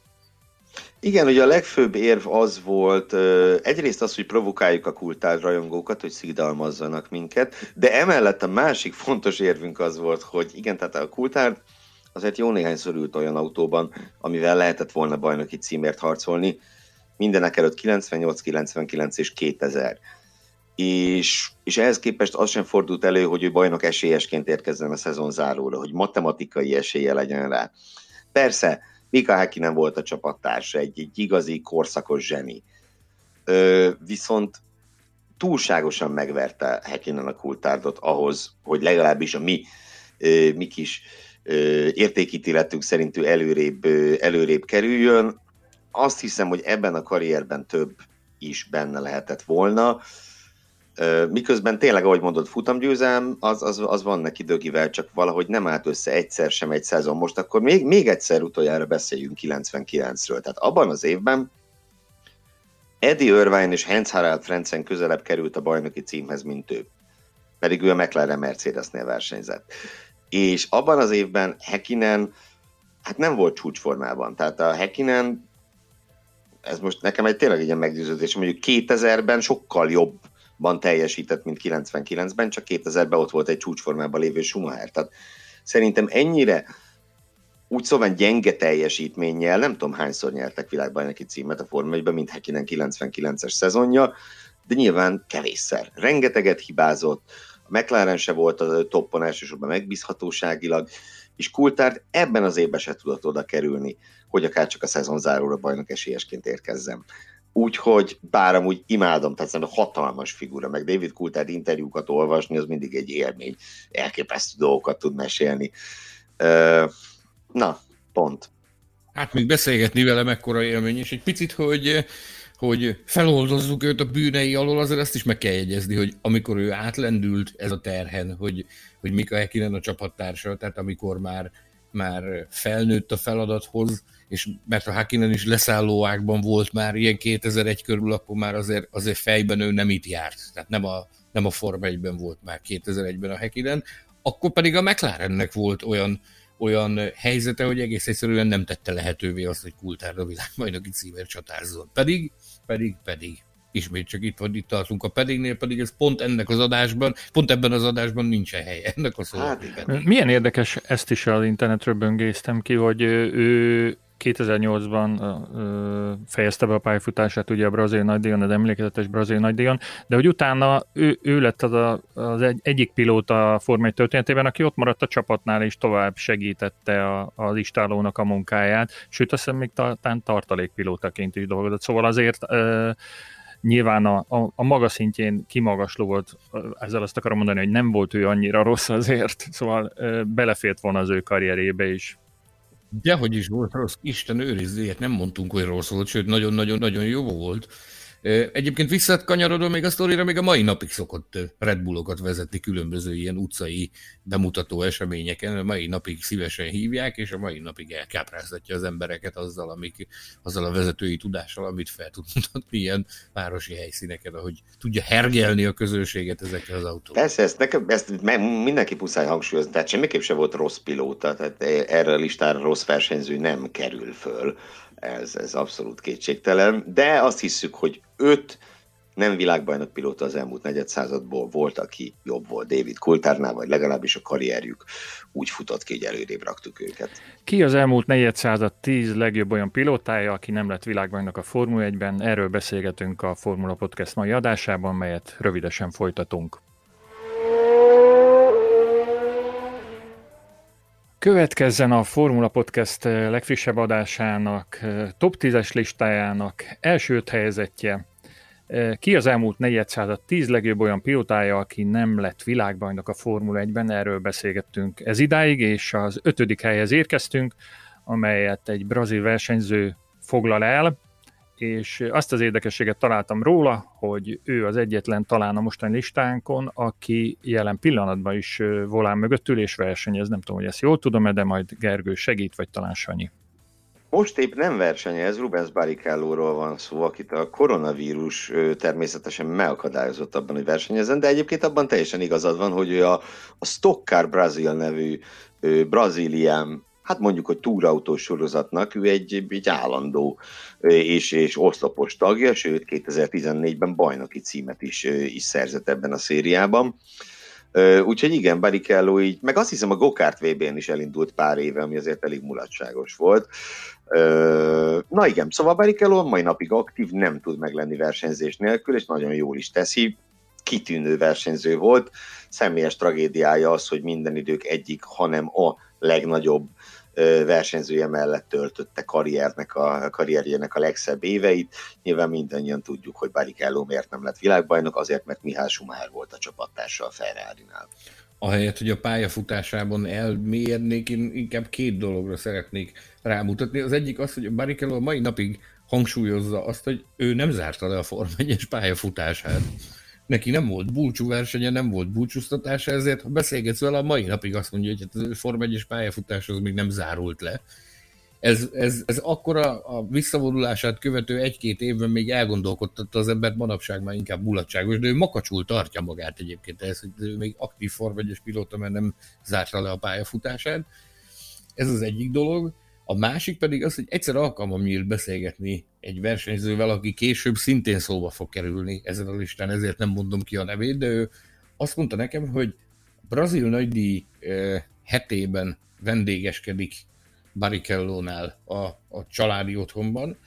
Igen, ugye a legfőbb érv az volt, egyrészt az, hogy provokáljuk a Coulthard rajongókat, hogy szidalmazzanak minket, de emellett a másik fontos érvünk az volt, hogy igen, tehát a Coulthard azért jó néhányszor ült olyan autóban, amivel lehetett volna bajnoki címért harcolni, mindenek előtt kilencvennyolc, kilencvenkilenc és kétezer. És, és ehhez képest az sem fordult elő, hogy ő bajnok esélyesként érkezzen a szezon záróra, hogy matematikai esélye legyen rá. Persze, Mika Häkkinen volt a csapattársa, egy, egy igazi korszakos zseni. Ö, viszont túlságosan megverte Häkkinen a Coulthardot ahhoz, hogy legalábbis a mi, ö, mi kis ö, értékítéletünk szerint ő előrébb, ö, előrébb kerüljön. Azt hiszem, hogy ebben a karrierben több is benne lehetett volna. Miközben tényleg, ahogy mondod, futamgyőzelm, az, az, az van neki dögivel, csak valahogy nem állt össze egyszer sem egy szezon. Most akkor még, még egyszer utoljára beszéljünk kilencvenkilencről. Tehát abban az évben Eddie Irvine és Heinz-Harald Frentzen közelebb került a bajnoki címhez, mint ő. Pedig ő a McLaren Mercedesnél versenyzett. És abban az évben Häkkinen hát nem volt csúcsformában. Tehát a Häkkinen, ez most nekem egy tényleg egy ilyen meggyőződés, mondjuk kétezerben sokkal jobb ban teljesített, mint kilencvenkilencben, csak kétezerben ott volt egy csúcsformában lévő Schumacher. Tehát szerintem ennyire úgy szóval gyenge teljesítménnyel, nem tudom hányszor nyertek világbajnoki címet a Forma egyben, mint Häkkinen kilencvenkilences szezonja, de nyilván kevésszer. Rengeteget hibázott, a McLaren se volt a toppon elsősorban megbízhatóságilag, és Coulthard ebben az évben se tudott oda kerülni, hogy akár csak a szezon záróra bajnok esélyesként érkezzem. Úgyhogy bár amúgy imádom, tehát szerintem hatalmas figura, meg David Coulthard interjúkat olvasni, az mindig egy élmény. Elképesztő dolgokat tud mesélni. Na, pont. Hát még beszélgetni vele mekkora élmény, és egy picit, hogy, hogy feloldozzuk őt a bűnei alól, azért azt is meg kell jegyezni, hogy amikor ő átlendült ez a terhen, hogy, hogy Mika Häkkinen a csapattársa, tehát amikor már, már felnőtt a feladathoz, és mert a Häkkinen is leszállóákban volt már ilyen kétezer-egy körül, akkor már azért, azért fejben ő nem itt járt. Tehát nem a, nem a Forma egyben volt már kétezer-egyben a Häkkinen. Akkor pedig a McLarennek volt olyan, olyan helyzete, hogy egész egyszerűen nem tette lehetővé azt, hogy Coulthard a világbajnoki címért csatázzon. Pedig, pedig, pedig. Ismét csak itt van, itt tartunk a pedignél, pedig ez pont ennek az adásban, pont ebben az adásban nincsen helye ennek a szóval. Hát, milyen érdekes, ezt is az internetről böngésztem ki, hogy ő kétezer-nyolcban ö, fejezte be a pályafutását ugye a brazil nagydíjon, az emlékezetes brazil nagydíjon, de hogy utána ő, ő lett az, a, az egy, egyik pilóta a Forma egy történetében, aki ott maradt a csapatnál és tovább segítette a, az istálónak a munkáját, sőt azt hiszem még talán tartalékpilótaként is dolgozott, szóval azért ö, nyilván a, a, a maga szintjén kimagasló volt, ezzel azt akarom mondani, hogy nem volt ő annyira rossz azért, szóval ö, belefért volna az ő karrierébe is. Dehogy is volt rossz, Isten őrizzéért, nem mondtunk, hogy rossz volt, sőt, nagyon-nagyon-nagyon jó volt. Egyébként visszakanyarodom még a sztorira, még a mai napig szokott Red Bullokat vezetni különböző ilyen utcai bemutató eseményeken, a mai napig szívesen hívják, és a mai napig elkápráztatja az embereket azzal, amik, azzal a vezetői tudással, amit fel tud mutatni ilyen városi helyszíneken, ahogy tudja hergelni a közönséget ezekkel az autókkal. Persze, ezt, nekem, ezt mindenki muszáj hangsúlyozni, tehát semmiképp sem volt rossz pilóta, tehát erre a listára rossz versenyző nem kerül föl. Ez, ez abszolút kétségtelen, de azt hiszük, hogy öt nem világbajnok pilóta az elmúlt negyedszázadból volt, aki jobb volt David Coulthardnál, vagy legalábbis a karrierjük úgy futott ki, hogy előrébb raktuk őket. Ki az elmúlt negyedszázad tíz legjobb olyan pilótája, aki nem lett világbajnok a Formula egyben? Erről beszélgetünk a Formula Podcast mai adásában, melyet rövidesen folytatunk. Következzen a Formula Podcast legfrissebb adásának, top tízes listájának első öt helyezettje. Ki az elmúlt negyedszázad tíz legjobb olyan pilótája, aki nem lett világbajnok a Formula egyben, erről beszélgettünk ez idáig, és az ötödik helyhez érkeztünk, amelyet egy brazil versenyző foglal el, és azt az érdekességet találtam róla, hogy ő az egyetlen talán a mostani listánkon, aki jelen pillanatban is volán mögött ül és versenyez. Nem tudom, hogy ezt jól tudom-e, de majd Gergő segít, vagy talán Sanyi. Most épp nem versenyez, Rubens Barrichello-ról van szó, akit a koronavírus természetesen megakadályozott abban, hogy versenyezzen, de egyébként abban teljesen igazad van, hogy ő a, a Stock Car Brazil nevű brazilian, hát mondjuk a túrautós sorozatnak, ő egy, egy állandó és, és oszlopos tagja, sőt kétezer-tizennégyben bajnoki címet is, is szerzett ebben a szériában. Úgyhogy igen, Barrichello így, meg azt hiszem a Go-Kart vé bén is elindult pár éve, ami azért elég mulatságos volt. Na igen, szóval Barrichello mai napig aktív, nem tud meglenni versenyzés nélkül, és nagyon jól is teszi. Kitűnő versenyző volt. Személyes tragédiája az, hogy minden idők egyik, hanem a legnagyobb versenyzője mellett töltötte karriernek a, karrierjének a legszebb éveit. Nyilván mindannyian tudjuk, hogy Barrichello miért nem lett világbajnok, azért, mert Michael Schumacher volt a csapattársa a Ferrarinál. Ahelyett, hogy a pályafutásában elmérnék, én inkább két dologra szeretnék rámutatni. Az egyik az, hogy Barrichello a mai napig hangsúlyozza azt, hogy ő nem zárta le a Forma egyes pályafutását. Neki nem volt búcsú versenye, nem volt búcsúztatása, ezért ha beszélgetsz vele, a mai napig azt mondja, hogy a Forma egyes pályafutás az még nem zárult le. Ez, ez, ez akkora a visszavonulását követő egy-két évben még elgondolkodtatta az embert, manapság már inkább mulatságos, de ő makacsul tartja magát egyébként ehhez, hogy ő még aktív Forma egyes pilóta, mert nem zárta le a pályafutását. Ez az egyik dolog. A másik pedig az, hogy egyszer alkalmam nyílt beszélgetni egy versenyzővel, aki később szintén szóba fog kerülni ezen a listán, ezért nem mondom ki a nevét, de ő azt mondta nekem, hogy brazil nagydíj eh, hetében vendégeskedik Barrichello-nál a, a családi otthonban,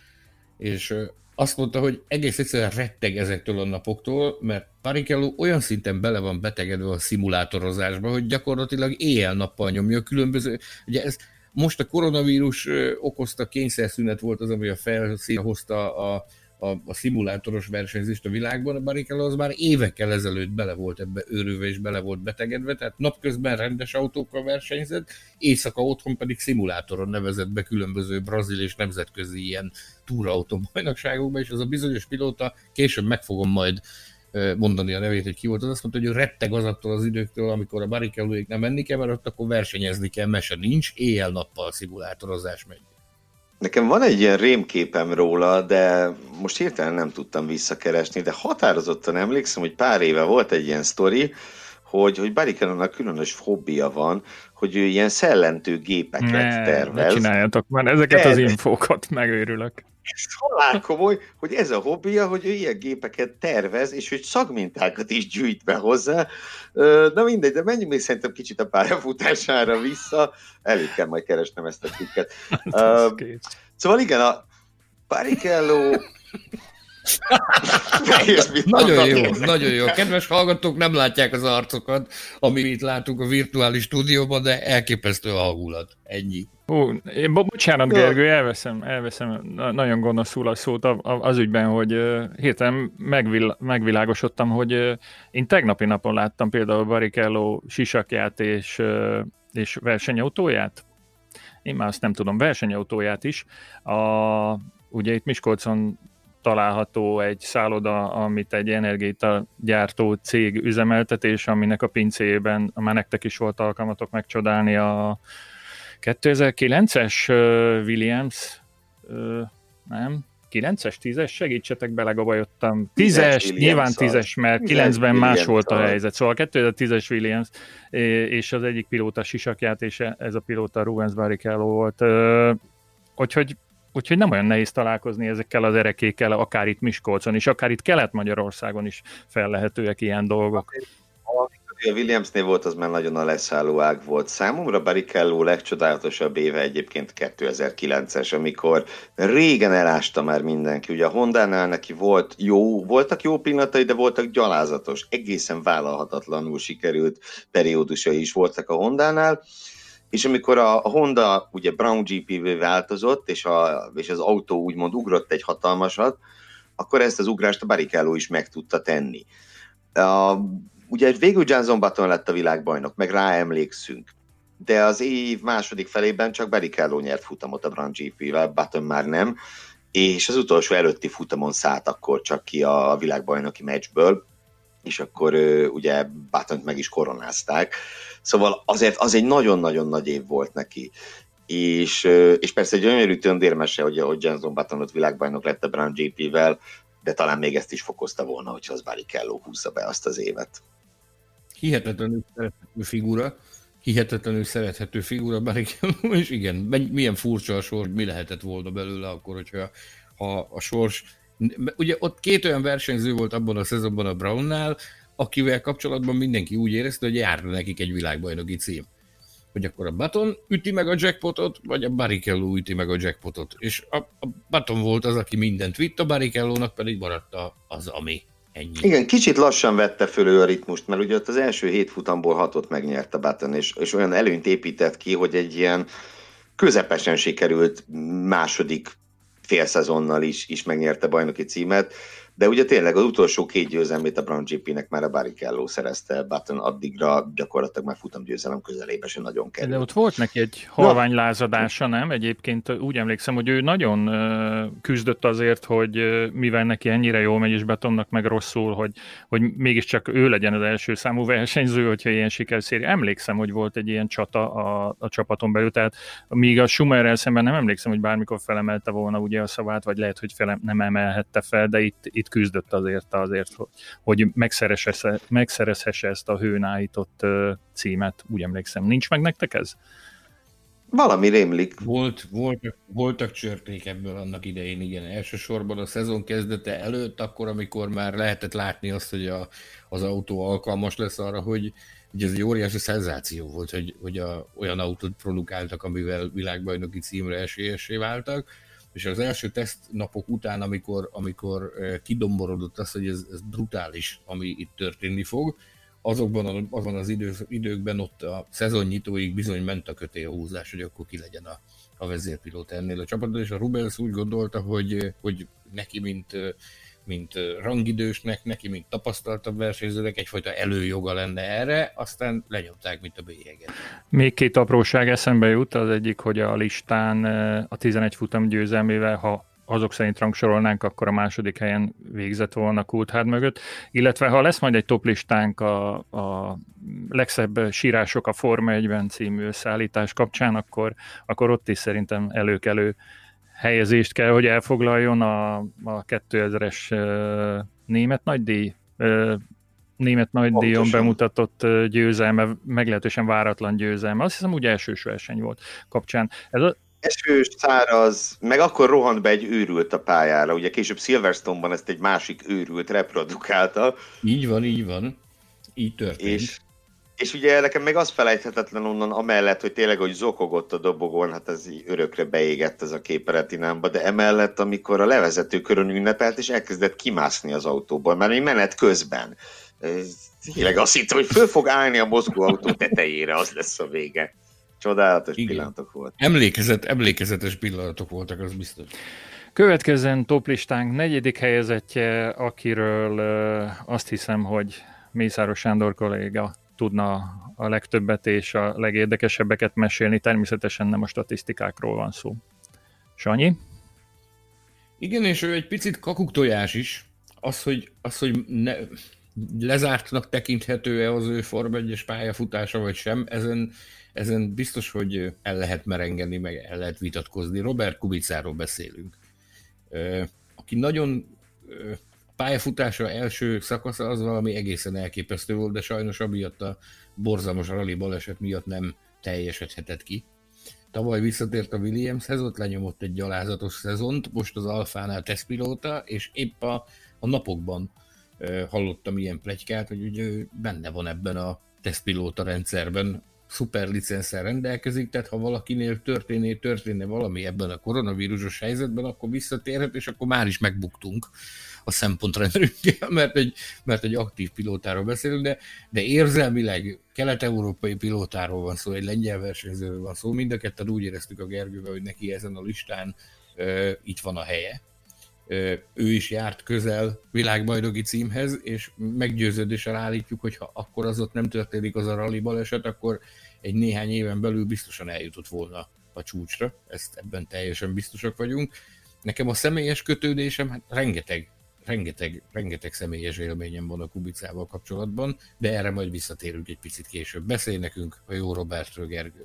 és eh, azt mondta, hogy egész egyszerűen retteg ezektől a napoktól, mert Barrichello olyan szinten bele van betegedve a szimulátorozásba, hogy gyakorlatilag éjjel-nappal nyomja különböző, ugye ez most a koronavírus okozta kényszerszünet volt az, ami a felszínre hozta a, a, a szimulátoros versenyzést a világban. A Barrichello az már évekkel ezelőtt bele volt ebbe őrülve és bele volt betegedve, tehát napközben rendes autókkal versenyzett, éjszaka otthon pedig szimulátoron nevezett be különböző brazil és nemzetközi ilyen túrautó bajnokságokba, és az a bizonyos pilóta, később meg fogom majd mondani a nevét, hogy ki volt, az azt mondta, hogy retteg azattól az időktől, amikor a Barrichelloék nem menni kell, mert ott akkor versenyezni kell, mese nincs, éjjel-nappal szimulátorozás megy. Nekem van egy ilyen rémképem róla, de most hirtelen nem tudtam visszakeresni, de határozottan emlékszem, hogy pár éve volt egy ilyen sztori, hogy, hogy Barrichello-nak különös hobbija van, hogy ő ilyen szellentő gépeket ne, tervez. Ne csináljatok már ezeket de, az infókat, megőrülök. Ez halál komoly, hogy ez a hobbija, hogy ő ilyen gépeket tervez, és hogy szagmintákat is gyűjt be hozzá. Na mindegy, de menjünk még szerintem kicsit a pályafutására vissza. Elég kell majd keresnem ezt a cikket. Szóval igen, a Barrichello... Nagyon jó, nagyon jó. Kedves hallgatók, nem látják az arcokat, amit itt látunk a virtuális stúdióban, de elképesztő a hangulat. Ennyi. Ó, én, bocsánat, Gergő, elveszem, elveszem nagyon gonoszul a szót az ügyben, hogy hirtelen megvil, megvilágosodtam, hogy én tegnapi napon láttam például Barrichello sisakját és, és versenyautóját. Én már azt nem tudom, versenyautóját is. A, ugye itt Miskolcon található egy szálloda, amit egy energiagyártó cég üzemeltet, és aminek a pincéjében már nektek is volt alkalmatok megcsodálni a kétezer-kilences Williams, nem, kilences, tízes, segítsetek, belegabajottam. tízes, nyilván tízes, mert kilencben más volt a helyzet. Szóval a kétezer-tízes Williams, és az egyik pilóta sisakját, és ez a pilóta Rubens Barrichello volt. Úgyhogy Úgyhogy nem olyan nehéz találkozni ezekkel az erekékkel, akár itt Miskolcon is, akár itt Kelet-Magyarországon is fellehetőek ilyen dolgok. A Williamsnél volt, az már nagyon a leszálló ág volt. Számomra Barrichello legcsodálatosabb éve egyébként kétezer-kilences, amikor régen elásta már mindenki. Ugye a Hondánál neki volt jó, voltak jó pillanatai, de voltak gyalázatos, egészen vállalhatatlanul sikerült periódusai is voltak a Hondánál. És amikor a Honda ugye Brown gé pé-vé változott, és, a, és az autó úgymond ugrott egy hatalmasat, akkor ezt az ugrást a Barrichello is meg tudta tenni. A, ugye végül Jenson Button lett a világbajnok, meg rá emlékszünk. De az év második felében csak Barrichello nyert futamot a Brown gé pé-vel, Button már nem, és az utolsó előtti futamon szállt akkor csak ki a világbajnoki meccsből, és akkor ugye Buttont meg is koronázták. Szóval azért az egy nagyon-nagyon nagy év volt neki. És, és persze egy gyönyörű töndérmese, hogy, hogy Jenson Buttonot világbajnok lett a Brown gé pé-vel, de talán még ezt is fokozta volna, hogyha az Barrichello húzza be azt az évet. Hihetetlenül szerethető figura, hihetetlenül szerethető figura Barrichello, és igen, milyen furcsa a sors, mi lehetett volna belőle akkor, hogyha ha a sors... Ugye ott két olyan versenyző volt abban a szezonban a Brownnál, akivel kapcsolatban mindenki úgy érezte, hogy járna nekik egy világbajnoki cím. Hogy akkor a Button üti meg a jackpotot, vagy a Barrichello üti meg a jackpotot. És a, a Button volt az, aki mindent vitt, a Barrichello-nak pedig maradt az, ami. Ennyi. Igen, kicsit lassan vette föl ő a ritmust, mert ugye ott az első hét futamból hatot megnyert a Button, és, és olyan előnyt épített ki, hogy egy ilyen közepesen sikerült második félszezonnal is, is megnyerte bajnoki címet, de ugye tényleg az utolsó két győzelmét a Brown gé pé-nek már a Barrichello szerezte, Button addigra gyakorlatilag már futamgyőzelem közelébe sem nagyon került. De ott volt neki egy halvány lázadása, nem? Egyébként úgy emlékszem, hogy ő nagyon uh, küzdött azért, hogy uh, mivel neki ennyire jól megy, és Buttonnak meg rosszul, hogy, hogy mégiscsak ő legyen az első számú versenyző, hogyha ilyen sikerszéri. Emlékszem, hogy volt egy ilyen csata a, a csapaton belül, tehát míg a Schumacherrel szemben nem emlékszem, hogy bármikor felemelte volna ugye a szavát, vagy lehet, hogy fele, nem emelhette fel, de itt, itt küzdött azért, azért hogy, hogy megszerezhesse, megszerezhesse ezt a hőn állított uh, címet, úgy emlékszem. Nincs meg nektek ez? Valami rémlik. Volt, voltak, voltak csörték ebből annak idején, igen. Elsősorban a szezon kezdete előtt, akkor, amikor már lehetett látni azt, hogy a, az autó alkalmas lesz arra, hogy, hogy ez egy óriási szenzáció volt, hogy, hogy a, olyan autót produkáltak, amivel világbajnoki címre esélyessé váltak, és az első tesztnapok után, amikor, amikor kidomborodott az, hogy ez, ez brutális, ami itt történni fog, azokban azon az idő, időkben ott a szezonnyitóig bizony ment a kötélhúzás, hogy akkor ki legyen a, a vezérpilóta ennél a csapatban, és a Rubens úgy gondolta, hogy, hogy neki, mint, mint rangidősnek, neki, mint tapasztaltabb versenyzőnek egyfajta előjoga lenne erre, aztán lenyomták, mint a bélyeget. Még két apróság eszembe jut, az egyik, hogy a listán a tizenegy futam győzelmével, ha azok szerint rangsorolnánk, akkor a második helyen végzett volna Coulthard mögött, illetve ha lesz majd egy toplistánk a, a legszebb sírások a Forma egyben című összeállítás kapcsán, akkor, akkor ott is szerintem előkelő helyezést kell, hogy elfoglaljon a, a kétezres uh, német nagydíj, uh, német nagydíjon bemutatott uh, győzelme, meglehetősen váratlan győzelme. Azt hiszem, úgy elsős verseny volt kapcsán. Ez a esős, száraz, meg akkor rohant be egy őrült a pályára. Ugye később Silverstone-ban ezt egy másik őrült reprodukálta. Így van, így van. Így történt. És, És ugye nekem meg az felejthetetlen onnan, amellett, hogy tényleg, hogy zokogott a dobogón, hát ez így örökre beégett ez a kép a retinámba, de emellett, amikor a levezető körön ünnepelt, és elkezdett kimászni az autóból, már még menet közben. Tényleg azt hittem, hogy föl fog állni a mozgó autó tetejére, az lesz a vége. Csodálatos igen. Pillanatok volt. Emlékezet, emlékezetes pillanatok voltak, az biztos. Következzen toplistánk negyedik helyezettje, akiről uh, azt hiszem, hogy Mészáros Sándor kolléga tudna a legtöbbet és a legérdekesebbeket mesélni. Természetesen nem a statisztikákról van szó. Sanyi? Igen, és ő egy picit kakuktojás is. Az, hogy, az, hogy ne, lezártnak tekinthető-e az ő Forma egyes pályafutása, vagy sem, ezen, ezen biztos, hogy el lehet merengeni, meg el lehet vitatkozni. Robert Kubicáról beszélünk, aki nagyon pályafutása első szakasza az valami egészen elképesztő volt, de sajnos amiatt a borzalmas rally baleset miatt nem teljesedhetett ki. Tavaly visszatért a Williamshez, ott lenyomott egy gyalázatos szezont, most az Alfánál tesztpilóta, és épp a, a napokban uh, hallottam ilyen pletykát, hogy ugye benne van ebben a tesztpilóta rendszerben, szuper licenszel rendelkezik, tehát ha valakinél történné, történne valami ebben a koronavírusos helyzetben, akkor visszatérhet, és akkor már is megbuktunk a szempontrendszerünkkel, mert egy, mert egy aktív pilótáról beszélünk, de, de érzelmileg kelet-európai pilótáról van szó, egy lengyel versenyzőről van szó, mind a ketten úgy éreztük a Gergővel, hogy neki ezen a listán uh, itt van a helye. Uh, ő is járt közel világbajnoki címhez, és meggyőződéssel állítjuk, hogy ha akkor az ott nem történik az a rally baleset, akkor egy néhány éven belül biztosan eljutott volna a csúcsra, ezt ebben teljesen biztosak vagyunk. Nekem a személyes kötődésem, hát rengeteg Rengeteg, rengeteg személyes élményem van a Kubicával kapcsolatban, de erre majd visszatérünk egy picit később. Beszélj nekünk a jó Robertről, Gergő.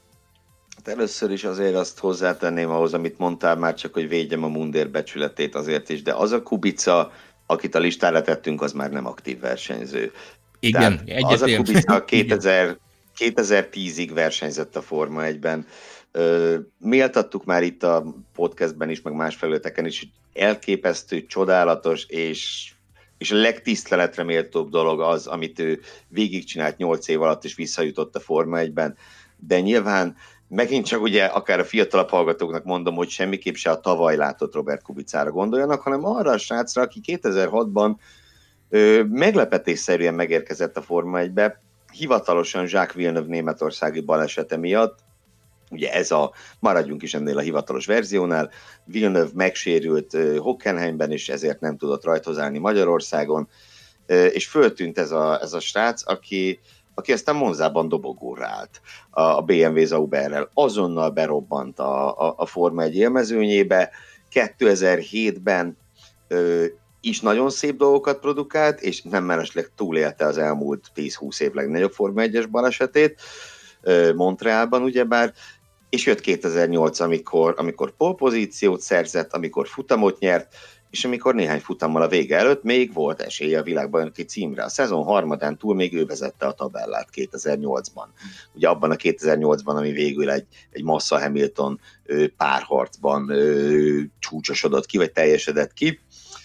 Hát először is azért azt hozzátenném ahhoz, amit mondtál már, csak hogy védjem a mundér becsületét azért is, de az a Kubica, akit a listára tettünk, az már nem aktív versenyző. Igen, egyetért. Az a Kubica kétezer, kétezer-tízig versenyzett a Forma egyben. Ö, méltattuk már itt a podcastben is, meg más felületeken is, hogy elképesztő, csodálatos, és, és a legtiszteletre méltóbb dolog az, amit ő végigcsinált nyolc év alatt, és visszajutott a Forma egyben. De nyilván megint csak ugye akár a fiatalabb hallgatóknak mondom, hogy semmiképp se a tavaly látott Robert Kubicára gondoljanak, hanem arra a srácra, aki kétezer-hatban ö, meglepetésszerűen megérkezett a Forma egybe, hivatalosan Jacques Villeneuve németországi balesete miatt. Ugye ez a, maradjunk is ennél a hivatalos verziónál, Villeneuve megsérült uh, Hockenheimben, és ezért nem tudott rajthoz állni Magyarországon, uh, és föltűnt ez a, ez a srác, aki, aki aztán Monzában dobogóra állt a, a bé em vé Sauberrel. Azonnal berobbant a, a, a Forma egy élmezőnyébe, kétezer-hétben uh, is nagyon szép dolgokat produkált, és nem mellesleg túlélte az elmúlt tíz-húsz év legnagyobb Forma egyes balesetét, uh, Montrealban ugyebár, és jött kétezer-nyolc, amikor, amikor polpozíciót szerzett, amikor futamot nyert, és amikor néhány futammal a vége előtt még volt esélye a világbajnoki címre. A szezon harmadán túl még ő vezette a tabellát kétezer-nyolcban. Ugye abban a kétezer-nyolcban, ami végül egy, egy Massa-Hamilton párharcban ö, csúcsosodott ki, vagy teljesedett ki.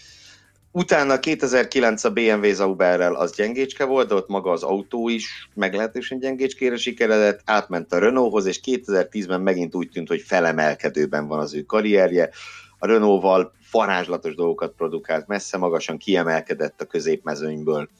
Utána kétezer-kilenc a bé em vé Sauberrel az gyengécske volt, de ott maga az autó is meglehetősen gyengécskére sikeredett, átment a Renaulthoz, és kétezer-tízben megint úgy tűnt, hogy felemelkedőben van az ő karrierje. A Renaultval varázslatos dolgokat produkált, messze magasan kiemelkedett a középmezőnyből,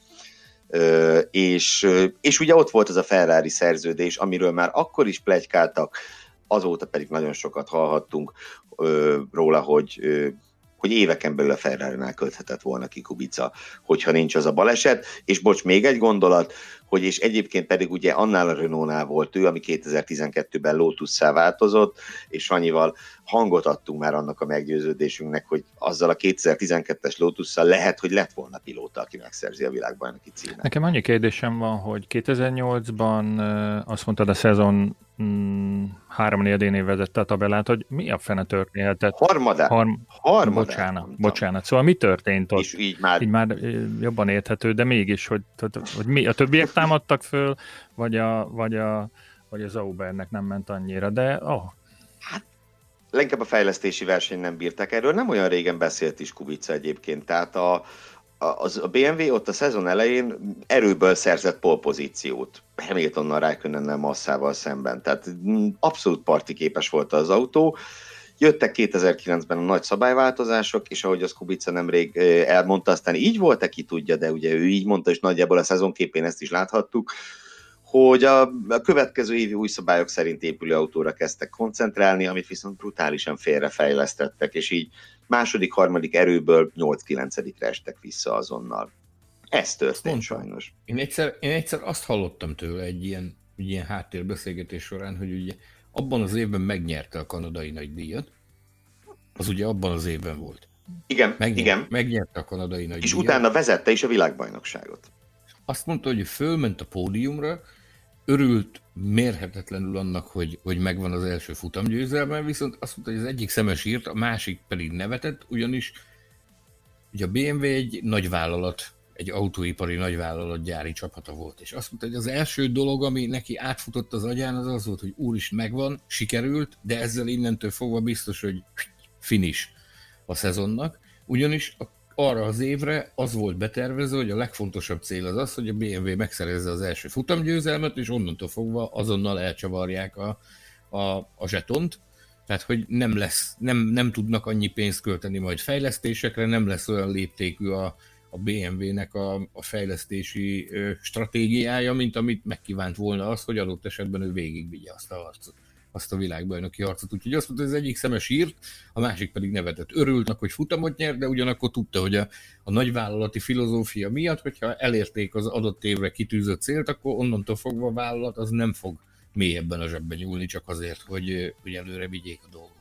és, és ugye ott volt az a Ferrari szerződés, amiről már akkor is pletykáltak, azóta pedig nagyon sokat hallhattunk róla, hogy hogy éveken belül a Ferrari-nál költhetett volna ki Kubica, hogyha nincs az a baleset. És bocs, még egy gondolat, hogy és egyébként pedig ugye annál a Renault-nál volt ő, ami kétezer-tizenkettőben Lotusszá változott, és Sanyival hangot adtunk már annak a meggyőződésünknek, hogy azzal a kétezer-tizenkettes Lotusszal lehet, hogy lett volna pilóta, aki megszerzi a világbajnoki címet. Nekem annyi kérdésem van, hogy kétezer-nyolcban azt mondtad, a szezon mm, háromnegyedénél vezette a tabellát, hogy mi a fene történhetett? Harmadán. Harm... Harmadán. Bocsánat, bocsánat. Szóval mi történt ott? És így már... így már jobban érthető, de mégis, hogy, hogy mi, a többiek támadtak föl, vagy a, vagy a, vagy a Saubernek nem ment annyira, de oh. Hát, leginkább a fejlesztési verseny nem bírták. Erről nem olyan régen beszélt is Kubica egyébként, tehát a, az, a bé em vé ott a szezon elején erőből szerzett polpozíciót Hamiltonnal, Raikkonennel, Massával szemben. Tehát abszolút partiképes volt az autó. Jöttek kétezer-kilencben a nagy szabályváltozások, és ahogy az Kubica nemrég elmondta, aztán így volt, ki tudja, de ugye ő így mondta, és nagyjából a szezonképén ezt is láthattuk, hogy a, a következő évi új szabályok szerint épülő autóra kezdtek koncentrálni, amit viszont brutálisan félrefejlesztettek, és így második, harmadik erőből nyolc-kilencedikre estek vissza azonnal. Ez történt Ponton. sajnos. Én egyszer, én egyszer azt hallottam tőle egy ilyen, egy ilyen háttérbeszélgetés során, hogy ugye abban az évben megnyerte a kanadai nagydíjat. Az ugye abban az évben volt. Igen, megnyerte, igen. Megnyerte a kanadai nagydíjat. És utána vezette is a világbajnokságot. Azt mondta, hogy fölment a pódiumra, örült mérhetetlenül annak, hogy, hogy megvan az első futamgyőzelme, viszont azt mondta, hogy az egyik szeme sírt, a másik pedig nevetett, ugyanis ugye a bé em vé egy nagyvállalat, egy autóipari nagyvállalat gyári csapata volt, és azt mondta, hogy az első dolog, ami neki átfutott az agyán, az az volt, hogy úristen, megvan, sikerült, de ezzel innentől fogva biztos, hogy finish a szezonnak, ugyanis a arra az évre az volt betervezve, hogy a legfontosabb cél az az, hogy a bé em vé megszerezze az első futamgyőzelmet, és onnantól fogva azonnal elcsavarják a, a, a zsetont, tehát hogy nem lesz, nem, nem tudnak annyi pénzt költeni majd fejlesztésekre, nem lesz olyan léptékű a, a bé em vének a, a fejlesztési ö, stratégiája, mint amit megkívánt volna az, hogy adott esetben ő végigvigye azt a harcot, azt a világbajnoki harcot. Úgyhogy azt mondta, hogy az egyik szeme sírt, a másik pedig nevetett. Örültnek, hogy futamot nyer, de ugyanakkor tudta, hogy a, a nagyvállalati filozófia miatt, hogyha elérték az adott évre kitűzött célt, akkor onnantól fogva a vállalat az nem fog mélyebben a zsebben nyúlni, csak azért, hogy, hogy előre vigyék a dolgokat.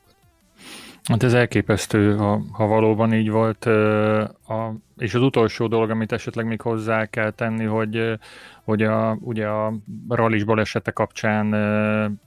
Hát ez elképesztő, ha, ha valóban így volt. A, és az utolsó dolog, amit esetleg még hozzá kell tenni, hogy, hogy a, ugye a rallis balesete kapcsán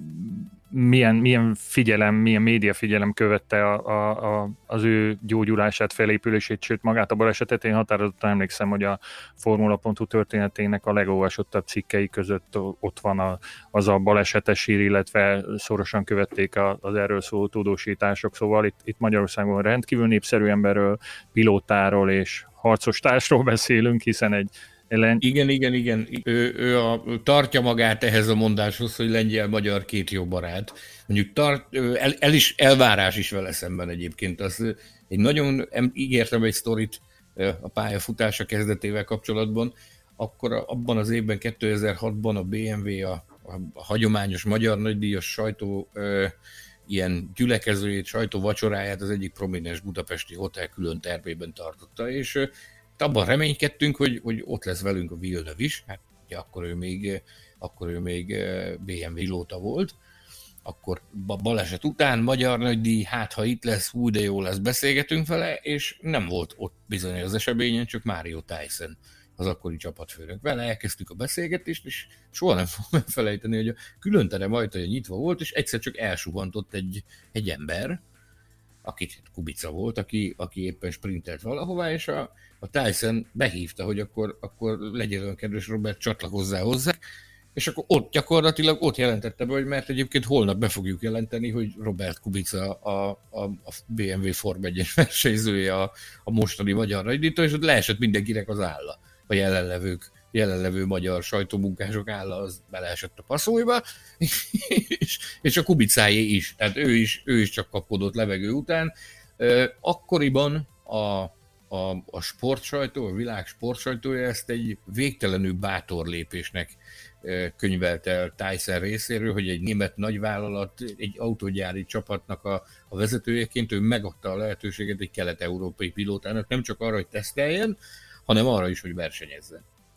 milyen, milyen figyelem, milyen média figyelem követte a, a, a, az ő gyógyulását, felépülését, sőt magát a balesetet. Én határozottan emlékszem, hogy a Formula pont hu történetének a legolvasottabb cikkei között ott van a, az a balesetes hír, illetve szorosan követték a, az erről szóló tudósítások. Szóval itt, itt Magyarországon rendkívül népszerű emberről, pilótáról és harcostársról beszélünk, hiszen egy Ellen... Igen, igen, igen. Ő, ő a, tartja magát ehhez a mondáshoz, hogy lengyel-magyar két jó barát. Mondjuk tart, el, el is, elvárás is vele szemben egyébként. Az, egy nagyon ígértem egy sztorit a pályafutása kezdetével kapcsolatban. Akkor abban az évben, kétezer-hatban a bé em vé a, a, a hagyományos magyar nagydíjas sajtó ö, ilyen gyülekezőjét, sajtóvacsoráját az egyik prominens budapesti hotel külön termében tartotta, és abban reménykedtünk, hogy, hogy ott lesz velünk a Villeneuve is, hát ugye akkor ő még, akkor ő még bé em vé pilóta volt, akkor baleset után magyar nagydíj, hát ha itt lesz, hú de jó lesz, beszélgetünk vele, és nem volt ott bizony az eseményen, csak Mario Tyson, az akkori csapatfőnök. Vele elkezdtük a beszélgetést, és soha nem fogom elfelejteni, hogy a különterem ajtaja nyitva volt, és egyszer csak elsuhantott egy, egy ember, aki Kubica volt, aki, aki éppen sprintelt valahová, és a, a Tyson behívta, hogy akkor, akkor legyél olyan kedves, Robert, csatlakozzál hozzá, és akkor ott gyakorlatilag ott jelentette be, hogy mert egyébként holnap be fogjuk jelenteni, hogy Robert Kubica a, a, a bé em vé Form egyes versenyzője a, a mostani magyar nagydíjtól, és ott leesett mindenkinek az álla, a jelenlevők, jelenlevő magyar sajtómunkások álla, az beleesett a passzolóba, és, és a Kubicájé is, tehát ő is, ő is csak kapkodott levegő után. Akkoriban a, a, a sportsajtó, a világ sportsajtója ezt egy végtelenül bátor lépésnek könyvelt el Tyson részéről, hogy egy német nagyvállalat, egy autógyári csapatnak a, a vezetőjeként ő megadta a lehetőséget egy kelet-európai pilótának nem csak arra, hogy teszteljen, hanem arra is, hogy versenyezzen.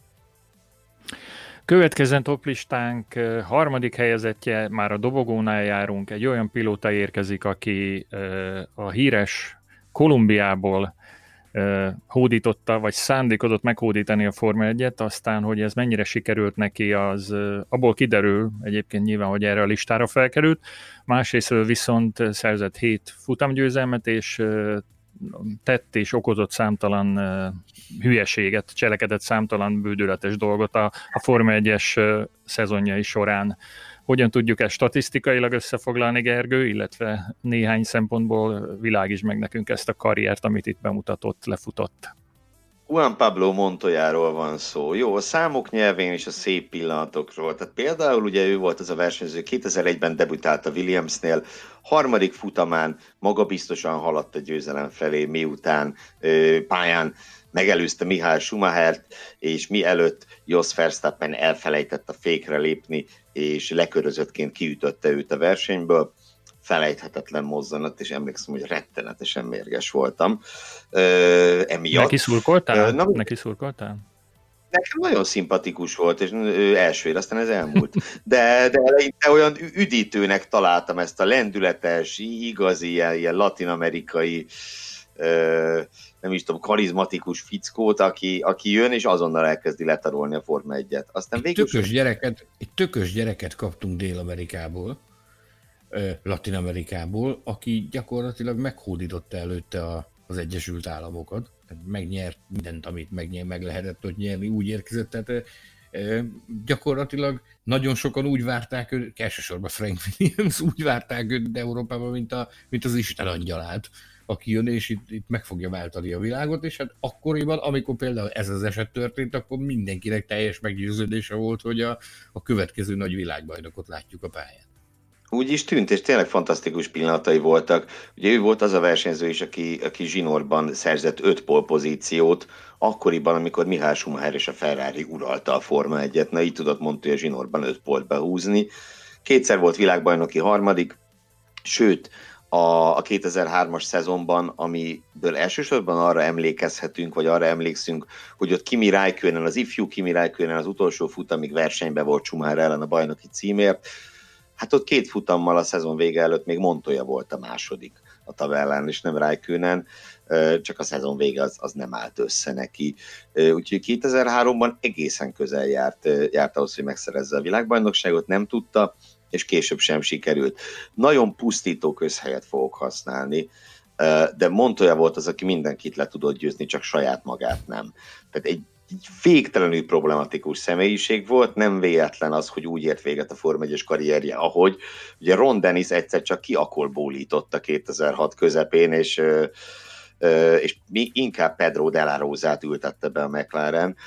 Következzen toplistánk harmadik helyezettje, már a dobogónál járunk, egy olyan pilóta érkezik, aki a híres Kolumbiából hódította, vagy szándékozott meghódítani a Forma egyet, aztán, hogy ez mennyire sikerült neki, az abból kiderül egyébként nyilván, hogy erre a listára felkerült. Másrésztről viszont szerzett hét futamgyőzelmet, és tett és okozott számtalan uh, hülyeséget, cselekedett számtalan bődületes dolgot a, a Forma egyes uh, szezonjai során. Hogyan tudjuk ezt statisztikailag összefoglalni, Gergő, illetve néhány szempontból világítsd meg nekünk ezt a karriert, amit itt bemutatott, lefutott. Juan Pablo Montoyáról van szó. Jó, a számok nyelvén és a szép pillanatokról. Tehát például ugye ő volt az a versenyző, kétezer-egyben debütált a Williamsnél, harmadik futamán magabiztosan haladt a győzelem felé, miután ö, pályán megelőzte Michael Schumachert, és mielőtt Jos Verstappen elfelejtett a fékre lépni, és lekörözöttként kiütötte őt a versenyből. Felejthetetlen mozzanat, és emlékszem, hogy rettenetesen mérges voltam. Ö, emiatt. Neki szurkoltál? Ö, na, Neki szurkoltál? Nekem nagyon szimpatikus volt, és elsőre, aztán ez elmúlt. De, de eleinte olyan üdítőnek találtam ezt a lendületes, igazi, ilyen, ilyen latin-amerikai, ö, nem is tudom, karizmatikus fickót, aki, aki jön, és azonnal elkezdi letarolni a Forma egyet. Aztán egy, végül... tökös gyereket, egy tökös gyereket kaptunk Dél-Amerikából, Latin-Amerikából, aki gyakorlatilag meghódította előtte a, az Egyesült Államokat. Megnyert mindent, amit megnyer, meg lehetett ott nyerni, úgy érkezett. Tehát e, gyakorlatilag nagyon sokan úgy várták őt, elsősorban Frank Williams, úgy várták őt Európában, mint, a, mint az Isten angyalát, aki jön, és itt, itt meg fogja váltani a világot, és hát akkoriban, amikor például ez az eset történt, akkor mindenkinek teljes meggyőződése volt, hogy a, a következő nagy világbajnokot látjuk a pályán. Úgy is tűnt, és tényleg fantasztikus pillanatai voltak. Ugye ő volt az a versenyző is, aki, aki zsinórban szerzett öt polpozíciót, akkoriban, amikor Michael Schumacher és a Ferrari uralta a Forma egyet. Na, így tudott Montoya zsinórban öt polt behúzni. Kétszer volt világbajnoki harmadik, sőt, a, a kétezer-hármas szezonban, amiből elsősorban arra emlékezhetünk, vagy arra emlékszünk, hogy ott Kimi Räikkönen, az ifjú Kimi Räikkönen az utolsó futamig versenyben volt Schumacher ellen a bajnoki címért. Hát ott két futammal a szezon vége előtt még Montoya volt a második a tabellán, és nem Räikkönen, csak a szezon vége az, az nem állt össze neki. Úgyhogy kétezer-háromban egészen közel járt, járt ahhoz, hogy megszerezze a világbajnokságot, nem tudta, és később sem sikerült. Nagyon pusztító közhelyet fogok használni, de Montoya volt az, aki mindenkit le tudott győzni, csak saját magát nem. Tehát egy egy végtelenül problematikus személyiség volt, nem véletlen az, hogy úgy ért véget a Forma egyes karrierje, ahogy ugye Ron Dennis egyszer csak kiakolbólította kétezer-hat közepén, és, és inkább Pedro de la Rosát ültette be a McLaren,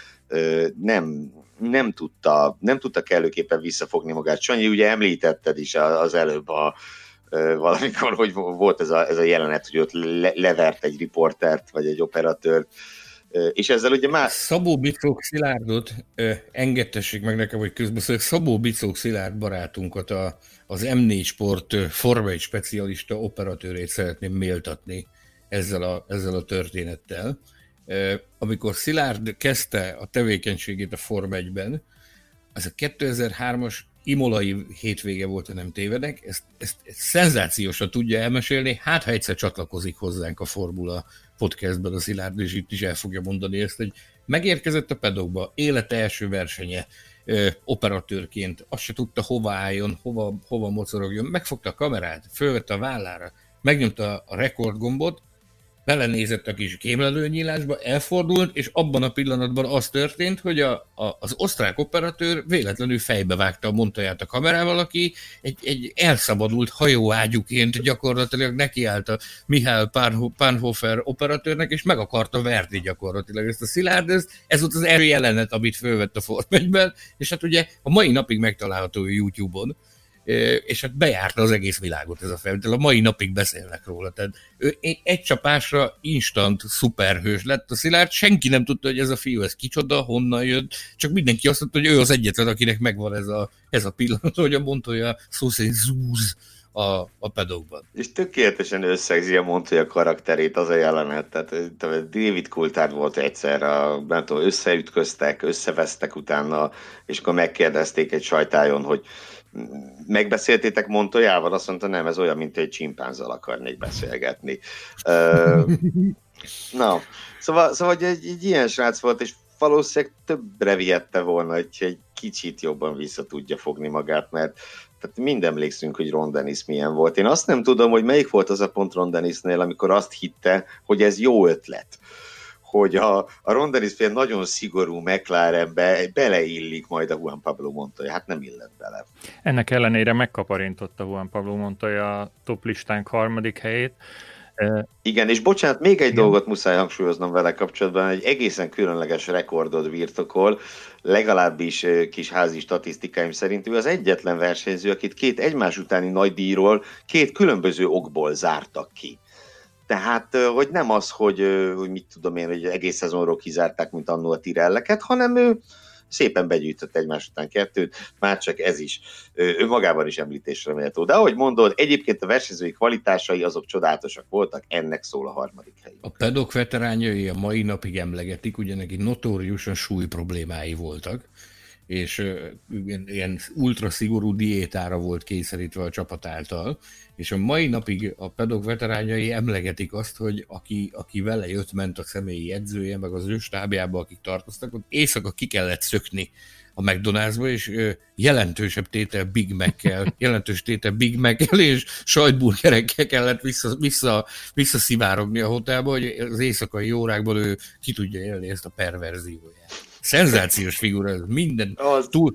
nem, nem, tudta, nem tudta kellőképpen visszafogni magát. Sanyi, ugye említetted is az előbb a valamikor, hogy volt ez a, ez a jelenet, hogy ott le, levert egy riportert, vagy egy operatőrt, és ezzel ugye már... Szabó Bicók Szilárdot, engedtessék meg nekem, hogy közbeszélek, Szabó Bicók Szilárd barátunkat, a, az em négy Sport Forma egy specialista operatőrét szeretném méltatni ezzel a, ezzel a történettel. Amikor Szilárd kezdte a tevékenységét a Forma egyben, az a kétezer-hármas imolai hétvége volt, ha nem tévedek, ezt, ezt, ezt szenzációsan tudja elmesélni, hát ha egyszer csatlakozik hozzánk a Formula podcastben a Szilárd, és itt is el fogja mondani ezt, hogy megérkezett a pedokba, élete első versenye ö, operatőrként, azt se tudta hova álljon, hova, hova mocorogjon, megfogta a kamerát, fölvette a vállára, megnyomta a rekordgombot, belenézett a kis kémlelőnyílásba, elfordult, és abban a pillanatban az történt, hogy a, a, az osztrák operatőr véletlenül fejbevágta a Montoyát a kamerával, aki egy, egy elszabadult hajóágyuként gyakorlatilag nekiállt a Michael Panhofer operatőrnek, és meg akarta verni gyakorlatilag ezt a Szilárd. Ez, ez volt az első jelenet, amit fölvett a Forma egyben, és hát ugye a mai napig megtalálható a YouTube-on, és hát bejárta az egész világot ez a felvétel, a mai napig beszélnek róla. Tehát ő egy csapásra instant szuperhős lett a Szilárd, senki nem tudta, hogy ez a fiú, ez kicsoda, honnan jött, csak mindenki azt mondta, hogy ő az egyetlen, akinek megvan ez a, ez a pillanat, hogy a Montoya szó szerint zúz a, a pedokban. És tökéletesen összegzi a Montoya karakterét az a jelenet, tehát David Coulthard volt egyszer, a, nem tudom, összeütköztek, összevesztek utána, és akkor megkérdezték egy sajtájon, hogy megbeszéltétek Montoyával? Azt mondta, nem, ez olyan, mint egy csimpánzzal akarnék beszélgetni. Uh, na, szóval, szóval egy, egy ilyen srác volt, és valószínűleg többre vihette volna, hogy egy kicsit jobban vissza tudja fogni magát, mert tehát mind emlékszünk, hogy Ron Dennis milyen volt. Én azt nem tudom, hogy melyik volt az a pont Ron Dennisnél, amikor azt hitte, hogy ez jó ötlet, hogy a, a Ron Dennis fél nagyon szigorú McLarenbe beleillik majd a Juan Pablo Montoya. Hát nem illett bele. Ennek ellenére megkaparintotta Juan Pablo Montoya a top listánk harmadik helyét. Igen, és bocsánat, még egy Igen. dolgot muszáj hangsúlyoznom vele kapcsolatban, egy egészen különleges rekordot birtokol, legalábbis kis házi statisztikáim szerint ő az egyetlen versenyző, akit két egymás utáni nagy díjról két különböző okból zártak ki. Tehát, hogy nem az, hogy, hogy mit tudom én, hogy egész szezonról kizárták, mint annó a Tirelleket, hanem ő szépen begyűjtött egymás után kettőt, már csak ez is önmagában is említésre méltó. De ahogy mondod, egyébként a versenyzői kvalitásai azok csodálatosak voltak, ennek szól a harmadik hely. A pedok veteránjai a mai napig emlegetik, ugye neki notóriusan súly problémái voltak, és ilyen ultra szigorú diétára volt kényszerítve a csapat által, és a mai napig a pedok veteránjai emlegetik azt, hogy aki, aki vele jött, ment a személyi edzője, meg az ő stábjába, akik tartoztak, ott éjszaka ki kellett szökni a McDonald'sba, és jelentősebb tétel Big Mac-kel, jelentős tétel Big Mac-kel és sajtburgerekkel kellett vissza, vissza, visszaszivárogni a hotelba, hogy az éjszakai órákban ő ki tudja élni ezt a perverzióját. Szenzációs figura, ez minden Az... túl...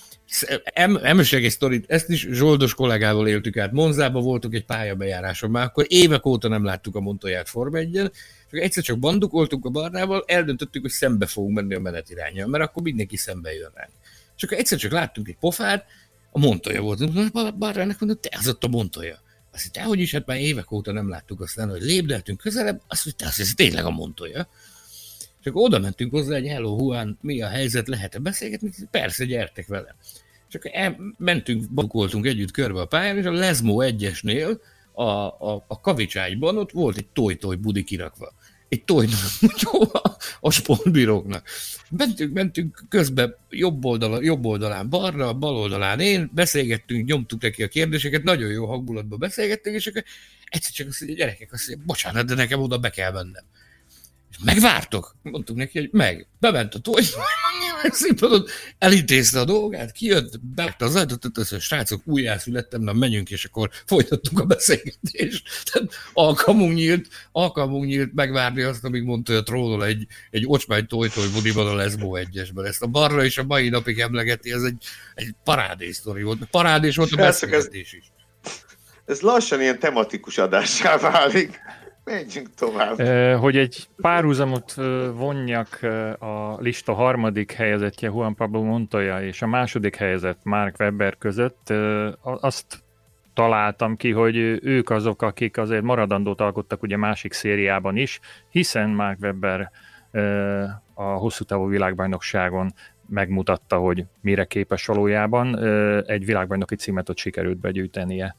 Emlőség egy sztorit, ezt is Zsoldos kollégával éltük át. Monzában voltunk egy pályabejáráson, már akkor évek óta nem láttuk a Montoyát Forma egyen, és egyszer csak bandukoltunk a Barnával, eldöntöttük, hogy szembe fogunk menni a menetiránnyal, mert akkor mindenki szembe jön ránk. És akkor egyszer csak láttunk egy pofát, a Montoya volt. Barnának mondom, te az ott a Montoya. Azt mondta, hogy is, hát már évek óta nem láttuk, aztán, hogy lépdeltünk közelebb, azt mondta, azt mondta, tényleg a Montoya. És akkor oda mentünk hozzá, hogy hello Juan, mi a helyzet, lehet-e beszélgetni? Persze, gyertek velem. És akkor mentünk, bankoltunk együtt körbe a pályán, és a Lesmo egyesnél a, a, a kavicságyban ott volt egy toj-toj budi kirakva. Egy toj-toj a sportbíróknak. Mentünk, mentünk közben jobb, oldala, jobb oldalán balra, bal oldalán én, beszélgettünk, nyomtuk neki a kérdéseket, nagyon jó hangulatban beszélgettünk, és akkor egyszer csak azt mondja, gyerekek, azt mondja, bocsánat, de nekem oda be kell mennem. És megvártok. Mondtuk neki, hogy meg. Bement a toj, elintézte a dolgát, kijött, beállta az ajtót, azt mondja, srácok, újjászülettem, na menjünk, és akkor folytattuk a beszélgetést. Tehát alkalmunk nyílt, alkalmunk nyílt megvárni azt, amíg mondta, hogy a trónol egy, egy ocsmány toj-toj budiban a Lesmo egyesben. Ezt a Barra is a mai napig emlegeti, ez egy, egy parádés sztori volt. Parádés volt a beszélgetés is. Ez lassan ilyen tematikus adássá válik. Menjünk tovább. Hogy egy párhuzamot vonjak a lista harmadik helyezettje Juan Pablo Montoya és a második helyezett Mark Webber között, azt találtam ki, hogy ők azok, akik azért maradandót alkottak ugye másik szériában is, hiszen Mark Webber a hosszú távú világbajnokságon megmutatta, hogy mire képes valójában. Egy világbajnoki címet ott sikerült begyűjtenie.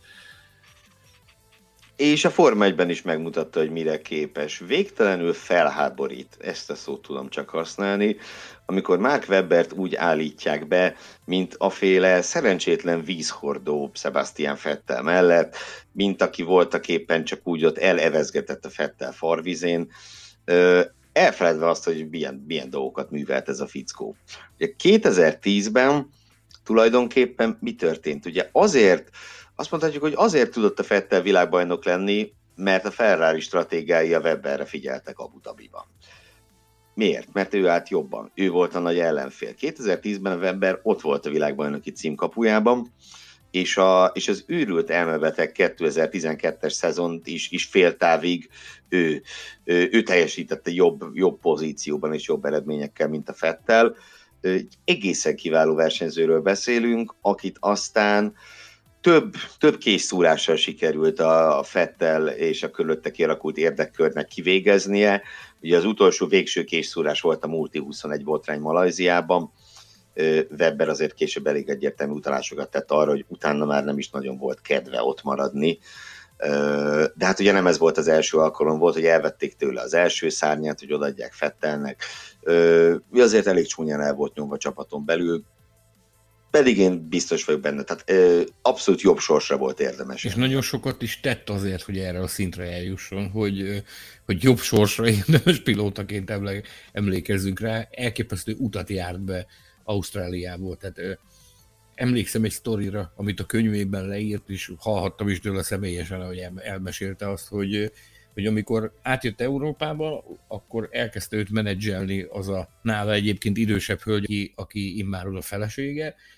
És a Forma egyben is megmutatta, hogy mire képes. Végtelenül felháborít, ezt a szót tudom csak használni, amikor Mark Webbert úgy állítják be, mint aféle szerencsétlen vízhordó Sebastian Vettel mellett, mint aki voltak éppen csak úgy ott elevezgetett a Vettel farvizén, elfeledve azt, hogy milyen, milyen dolgokat művelt ez a fickó. Ugye kétezer-tízben tulajdonképpen mi történt? Ugye azért Azt mondhatjuk, hogy azért tudott a Vettel világbajnok lenni, mert a Ferrari stratégiái a Webberre figyeltek Abu Dhabiban. Miért? Mert ő állt jobban. Ő volt a nagy ellenfél. kétezer-tízben a Webber ott volt a világbajnoki cím kapujában, és, a, és az őrült elmebeteg kétezer-tizenkettes szezont is, is fél távig ő, ő, ő teljesítette jobb, jobb pozícióban és jobb eredményekkel, mint a Vettel. Egy egészen kiváló versenyzőről beszélünk, akit aztán Több, több készszúrással sikerült a Vettel és a körülötte kialakult érdekkörnek kivégeznie. Ugye az utolsó végső készszúrás volt a Multi huszonegy botrány Malajziában. Webber azért később elég egyértelmű utalásokat tett arra, hogy utána már nem is nagyon volt kedve ott maradni. De hát ugye nem ez volt az első alkalom, volt, hogy elvették tőle az első szárnyát, hogy odaadják Vettelnek. Azért elég csúnyán el volt nyomva csapaton belül, pedig én biztos vagyok benne, tehát ö, abszolút jobb sorsra volt érdemes. És nagyon sokat is tett azért, hogy erre a szintre eljusson, hogy, hogy jobb sorsra érdemes pilótaként emlékezzünk rá. Elképesztő utat járt be Ausztráliából, tehát ö, emlékszem egy sztorira, amit a könyvében leírt, és hallhattam is tőle személyesen, hogy elmesélte azt, hogy, hogy amikor átjött Európába, akkor elkezdte őt menedzselni az a nála egyébként idősebb hölgy, aki, aki immáron a felesége,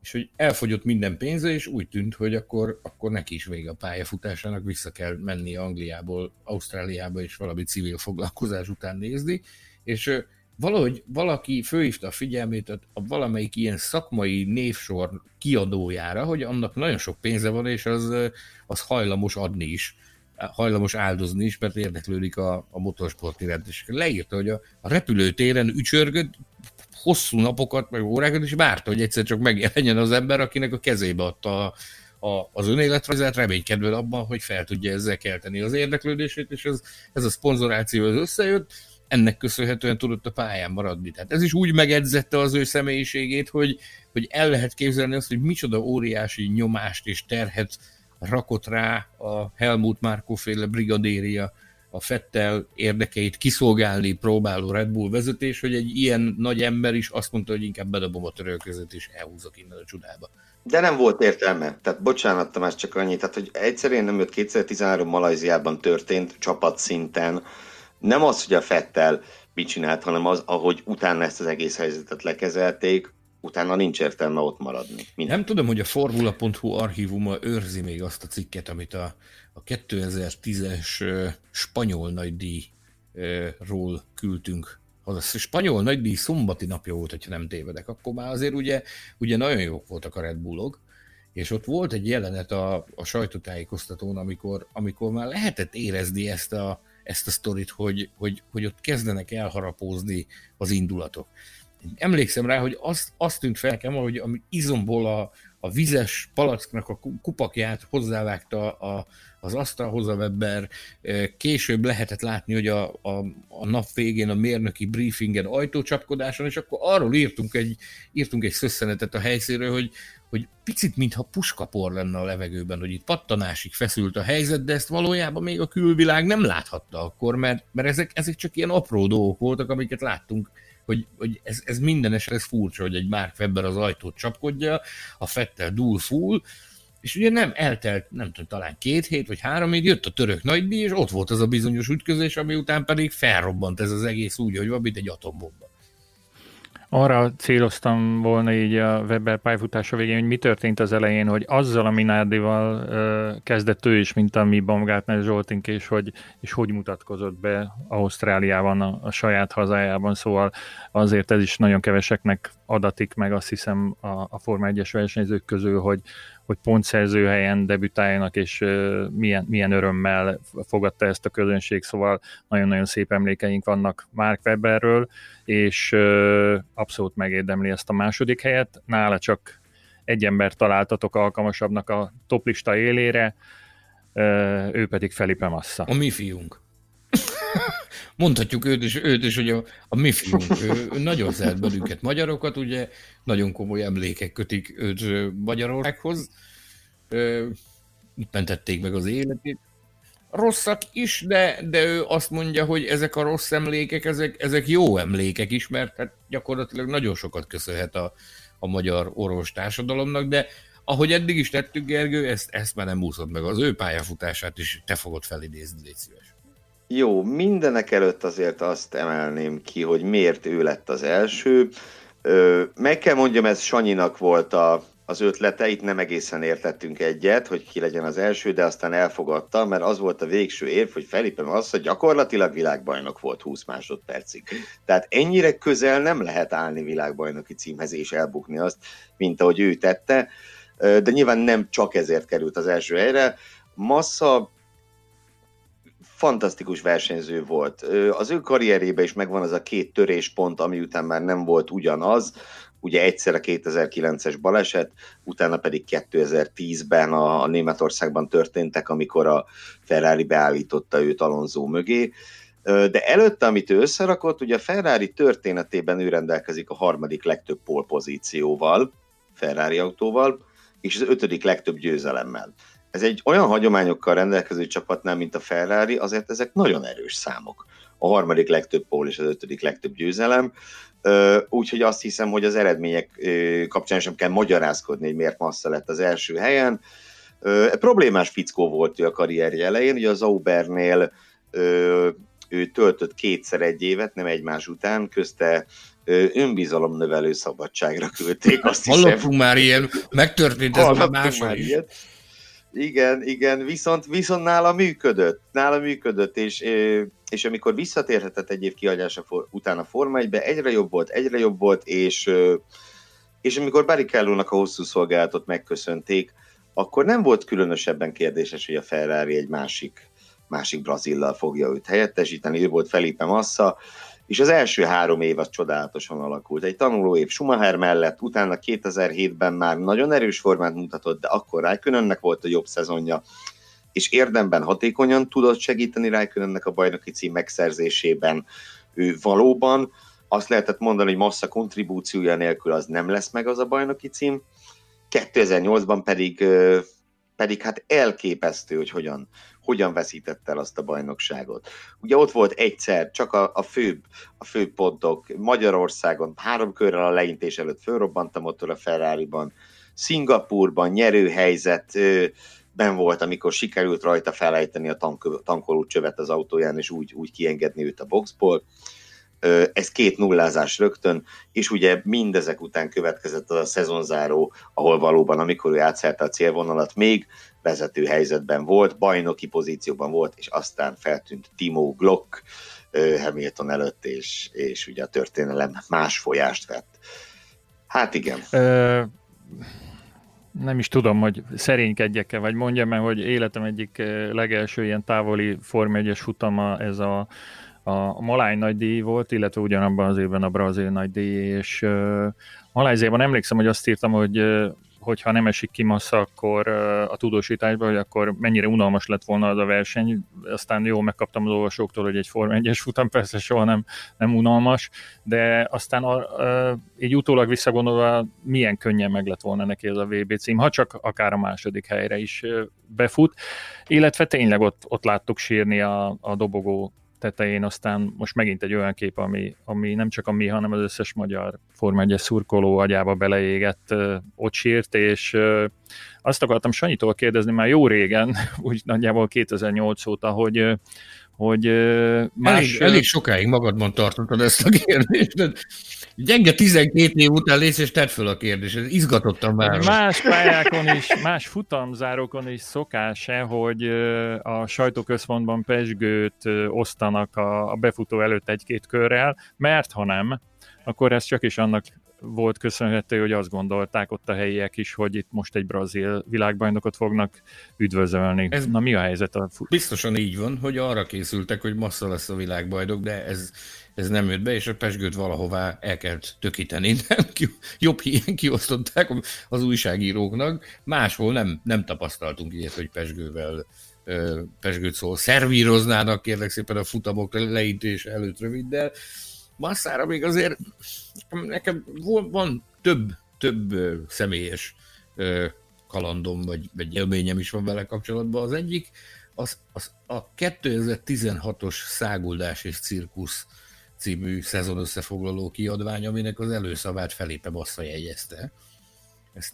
és hogy elfogyott minden pénze, és úgy tűnt, hogy akkor, akkor neki is vége a pályafutásának, vissza kell menni Angliából, Ausztráliába, és valami civil foglalkozás után nézni, és valahogy valaki fölhívta a figyelmét a valamelyik ilyen szakmai névsor kiadójára, hogy annak nagyon sok pénze van, és az, az hajlamos adni is, hajlamos áldozni is, mert érdeklődik a, a motorsport iránt. És leírta, hogy a, a repülőtéren ücsörgött hosszú napokat, meg órákat, és várta, hogy egyszer csak megjelenjen az ember, akinek a kezébe adta a, a, az önéletrajzát, reménykedve abban, hogy fel tudja ezzel kelteni az érdeklődését, és ez, ez a szponzoráció az összejött, ennek köszönhetően tudott a pályán maradni. Tehát ez is úgy megedzette az ő személyiségét, hogy, hogy el lehet képzelni azt, hogy micsoda óriási nyomást és terhet rakott rá a Helmut Marko féle brigadéria, a Vettel érdekeit kiszolgálni próbáló Red Bull vezetés, hogy egy ilyen nagy ember is azt mondta, hogy inkább bedobom a törölközet és elhúzok innen a csodába. De nem volt értelme. Tehát bocsánat, Tamás, csak annyit. Tehát, hogy egyszerűen nem jött kétezer-tizenhárom Malajziában történt csapatszinten. Nem az, hogy a Vettel mit csinált, hanem az, ahogy utána ezt az egész helyzetet lekezelték, utána nincs értelme ott maradni. Minden. Nem tudom, hogy a Formula pont hu archívuma őrzi még azt a cikket, amit a, a kétezer-tízes uh, spanyol nagydíjról küldtünk. Az a spanyol nagydíj szombati napja volt, hogyha nem tévedek. Akkor már azért ugye, ugye nagyon jók voltak a Red Bullok, és ott volt egy jelenet a, a sajtótájékoztatón, amikor, amikor már lehetett érezni ezt a, ezt a sztorit, hogy, hogy, hogy ott kezdenek elharapózni az indulatok. Emlékszem rá, hogy azt, azt tűnt fel nekem, hogy ami izomból a, a vizes palacknak a kupakját hozzávágta a, az asztalhoz a Webber. Később lehetett látni, hogy a, a, a nap végén a mérnöki briefingen ajtócsapkodáson, és akkor arról írtunk egy, írtunk egy szösszenetet a helyszínről, hogy, hogy picit mintha puskapor lenne a levegőben, hogy itt pattanásig feszült a helyzet, de ezt valójában még a külvilág nem láthatta akkor, mert, mert ezek, ezek csak ilyen apró dolgok voltak, amiket láttunk, hogy, hogy ez, ez minden eset ez furcsa, hogy egy Mark Webber az ajtót csapkodja, a Vettel dúl full, és ugye nem eltelt, nem tudom, talán két hét vagy három hét, jött a török nagydíj, és ott volt az a bizonyos ütközés, ami után pedig felrobbant ez az egész úgy, hogy van, mint egy atombomba. Arra céloztam volna így a Webber pályafutása végén, hogy mi történt az elején, hogy azzal a Minardival uh, kezdett ő is, mint a mi Baumgartner Zsoltink, és hogy, és hogy mutatkozott be Ausztráliában, a, a saját hazájában, szóval azért ez is nagyon keveseknek adatik meg, azt hiszem a, a Forma egyes versenyzők közül, hogy, hogy pontszerző helyen debütáljanak, és uh, milyen, milyen örömmel fogadta ezt a közönség, szóval nagyon-nagyon szép emlékeink vannak Mark Webberről, és uh, abszolút megérdemli ezt a második helyet. Nála csak egy ember találtatok alkalmasabbnak a toplista élére, uh, ő pedig Felipe Massa. A mi fiunk. Mondhatjuk őt is, őt is, hogy a, a mi fiunk. Ő, ő nagyon szeret belünket, magyarokat, ugye nagyon komoly emlékek kötik őt Magyarországhoz. Itt mentették meg az életét. Rosszak is, de, de ő azt mondja, hogy ezek a rossz emlékek, ezek, ezek jó emlékek is, mert hát gyakorlatilag nagyon sokat köszönhet a, a magyar orvos társadalomnak, de ahogy eddig is tettük, Gergő, ezt, ezt már nem úszod meg. Az ő pályafutását is te fogod felidézni, légy szíves. Jó, mindenek előtt azért azt emelném ki, hogy miért ő lett az első. Meg kell mondjam, ez Sanyinak volt a, az ötlete, itt nem egészen értettünk egyet, hogy ki legyen az első, de aztán elfogadta, mert az volt a végső érv, hogy Felipe Massa gyakorlatilag világbajnok volt húsz másodpercig. Tehát ennyire közel nem lehet állni világbajnoki címhez és elbukni azt, mint ahogy ő tette, de nyilván nem csak ezért került az első helyre. Massa fantasztikus versenyző volt. Az ő karrierjében is megvan az a két töréspont, ami után már nem volt ugyanaz. Ugye egyszer a kétezer-kilences baleset, utána pedig kétezer-tízben a, a Németországban történtek, amikor a Ferrari beállította őt Alonso mögé. De előtte, amit ő összerakott, ugye a Ferrari történetében ő rendelkezik a harmadik legtöbb pole pozícióval, Ferrari autóval, és az ötödik legtöbb győzelemmel. Ez egy olyan hagyományokkal rendelkező csapatnál, mint a Ferrari, azért ezek nagyon erős számok. A harmadik legtöbb pole és az ötödik legtöbb győzelem, úgyhogy azt hiszem, hogy az eredmények kapcsán sem kell magyarázkodni, hogy miért Massa lett az első helyen. Problémás fickó volt ő a karrierje elején, ugye az Saubernél ő töltött kétszer egy évet, nem egymás után, közte önbizalomnövelő szabadságra küldték, azt hiszem. Hallottunk már ilyen, megtörtént ez már máshol is. Ilyet. Igen, igen, viszont, viszont nála működött, nála működött, és, és amikor visszatérhetett egy év kihagyása után a Forma egybe, egyre jobb volt, egyre jobb volt, és, és amikor Barrichello-nak a hosszú szolgálatot megköszönték, akkor nem volt különösebben kérdéses, hogy a Ferrari egy másik, másik brazillal fogja őt helyettesíteni, ő volt Felipe Massa, és az első három év az csodálatosan alakult. Egy tanuló év Schumacher mellett, utána kétezer-hétben már nagyon erős formát mutatott, de akkor Raikkonennek volt a jobb szezonja, és érdemben hatékonyan tudott segíteni Raikkonennek a bajnoki cím megszerzésében. Ő valóban azt lehetett mondani, hogy Massa kontribúciója nélkül az nem lesz meg az a bajnoki cím. kétezer-nyolcban pedig, pedig hát elképesztő, hogy hogyan, hogyan veszítette el azt a bajnokságot. Ugye ott volt egyszer csak a, a, főbb, a főbb pontok Magyarországon, három körrel a leintés előtt fölrobbant a motor a Ferrariban, Szingapúrban nyerőhelyzetben volt, amikor sikerült rajta felejteni a tank, tankoló csövet az autóján, és úgy, úgy kiengedni őt a boxból. Ez két nullázás rögtön, és ugye mindezek után következett a szezonzáró, ahol valóban, amikor ő átszerte a célvonalat, még vezető helyzetben volt, bajnoki pozícióban volt, és aztán feltűnt Timo Glock Hamilton előtt, és, és ugye a történelem más folyást vett. Hát igen. Ö, nem is tudom, hogy szerénykedjek-e, vagy mondjam el, hogy életem egyik legelső ilyen távoli Forma egyes futama ez a A Maláj nagydíj volt, illetve ugyanabban az évben a brazil nagydíj, és uh, Malajziában emlékszem, hogy azt írtam, hogy uh, hogyha nem esik ki Massa, akkor uh, a tudósításban, hogy akkor mennyire unalmas lett volna az a verseny. Aztán jól megkaptam az olvasóktól, hogy egy Forma egyes futam persze soha nem, nem unalmas, de aztán uh, így utólag visszagondolva milyen könnyen meg lett volna neki ez a vé bé cím, ha csak akár a második helyre is uh, befut, illetve tényleg ott, ott láttuk sírni a, a dobogó tetején, aztán most megint egy olyan kép, ami, ami nem csak a mi, hanem az összes magyar Forma egyes szurkoló agyába beleégett, ott sírt, és azt akartam Sanyitól kérdezni már jó régen, úgy nagyjából kétezer-nyolc óta, hogy hogy más... Elég, elég sokáig magadban tartottad ezt a kérdést, de gyenge tizenkét év után lész, és tedd föl a kérdést, ez izgatottan már. Más pályákon is, más futamzárókon is szokás-e, hogy a sajtóközpontban pezsgőt osztanak a, a befutó előtt egy-két körrel, mert ha nem, akkor ez csak is annak volt köszönhető, hogy azt gondolták ott a helyiek is, hogy itt most egy brazil világbajnokot fognak üdvözölni. Ez Na mi a helyzet? A fut- biztosan így van, hogy arra készültek, hogy Massa lesz a világbajnok, de ez, ez nem jött be, és a pezsgőt valahová el kell tökíteni. Nem? Jobb híján kiosztották az újságíróknak. Máshol nem, nem tapasztaltunk ilyet, hogy pezsgővel pezsgőt szól. Szervíroznának kérlek szépen a futamok leintés előtt röviddel. Massára még azért nekem van több, több személyes kalandom, vagy, vagy élményem is van vele kapcsolatban. Az egyik, az, az a kétezer-tizenhatos Száguldás és Cirkusz című szezon összefoglaló kiadvány, aminek az előszavát Felipe Massa jegyezte. Ezt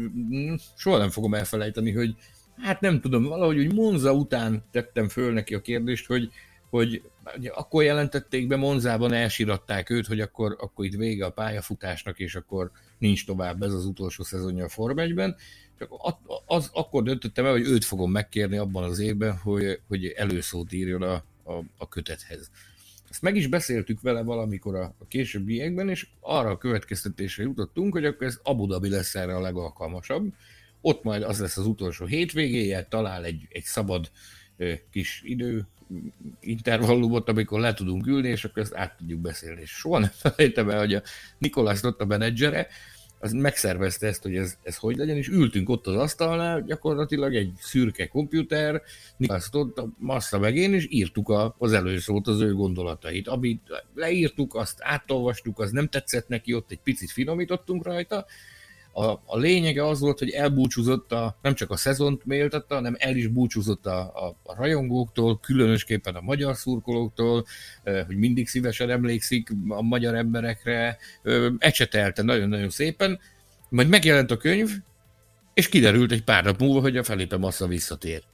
soha nem fogom elfelejteni, hogy hát nem tudom, valahogy úgy Monza után tettem föl neki a kérdést, hogy hogy akkor jelentették be, Monzában elsiratták őt, hogy akkor, akkor itt vége a pályafutásnak, és akkor nincs tovább ez az utolsó szezonja a Forma egyben. Csak az, az, akkor döntöttem el, hogy őt fogom megkérni abban az évben, hogy, hogy előszót írjon a, a, a kötethez. Ezt meg is beszéltük vele valamikor a, a későbbiekben, és arra a következtetésre jutottunk, hogy akkor ez Abu Dhabi lesz erre a legalkalmasabb. Ott majd az lesz az utolsó hétvégéje, talál egy, egy szabad kis idő, intervallumot, amikor le tudunk ülni, és akkor ezt át tudjuk beszélni. És soha nem felejtem el, hogy a Nikolás ott a menedzsere, az megszervezte ezt, hogy ez, ez hogy legyen, és ültünk ott az asztalnál, gyakorlatilag egy szürke komputer, Nikolás ott, a Massa meg én, és írtuk a, az előszót, az ő gondolatait. Amit leírtuk, azt átolvastuk, az nem tetszett neki, ott egy picit finomítottunk rajta. A, a lényege az volt, hogy elbúcsúzott, a, nem csak a szezont méltatta, hanem el is búcsúzott a, a, a rajongóktól, különösképpen a magyar szurkolóktól, hogy mindig szívesen emlékszik a magyar emberekre, ecsetelte nagyon-nagyon szépen, majd megjelent a könyv, és kiderült egy pár nap múlva, hogy a Felipe Massa visszatér.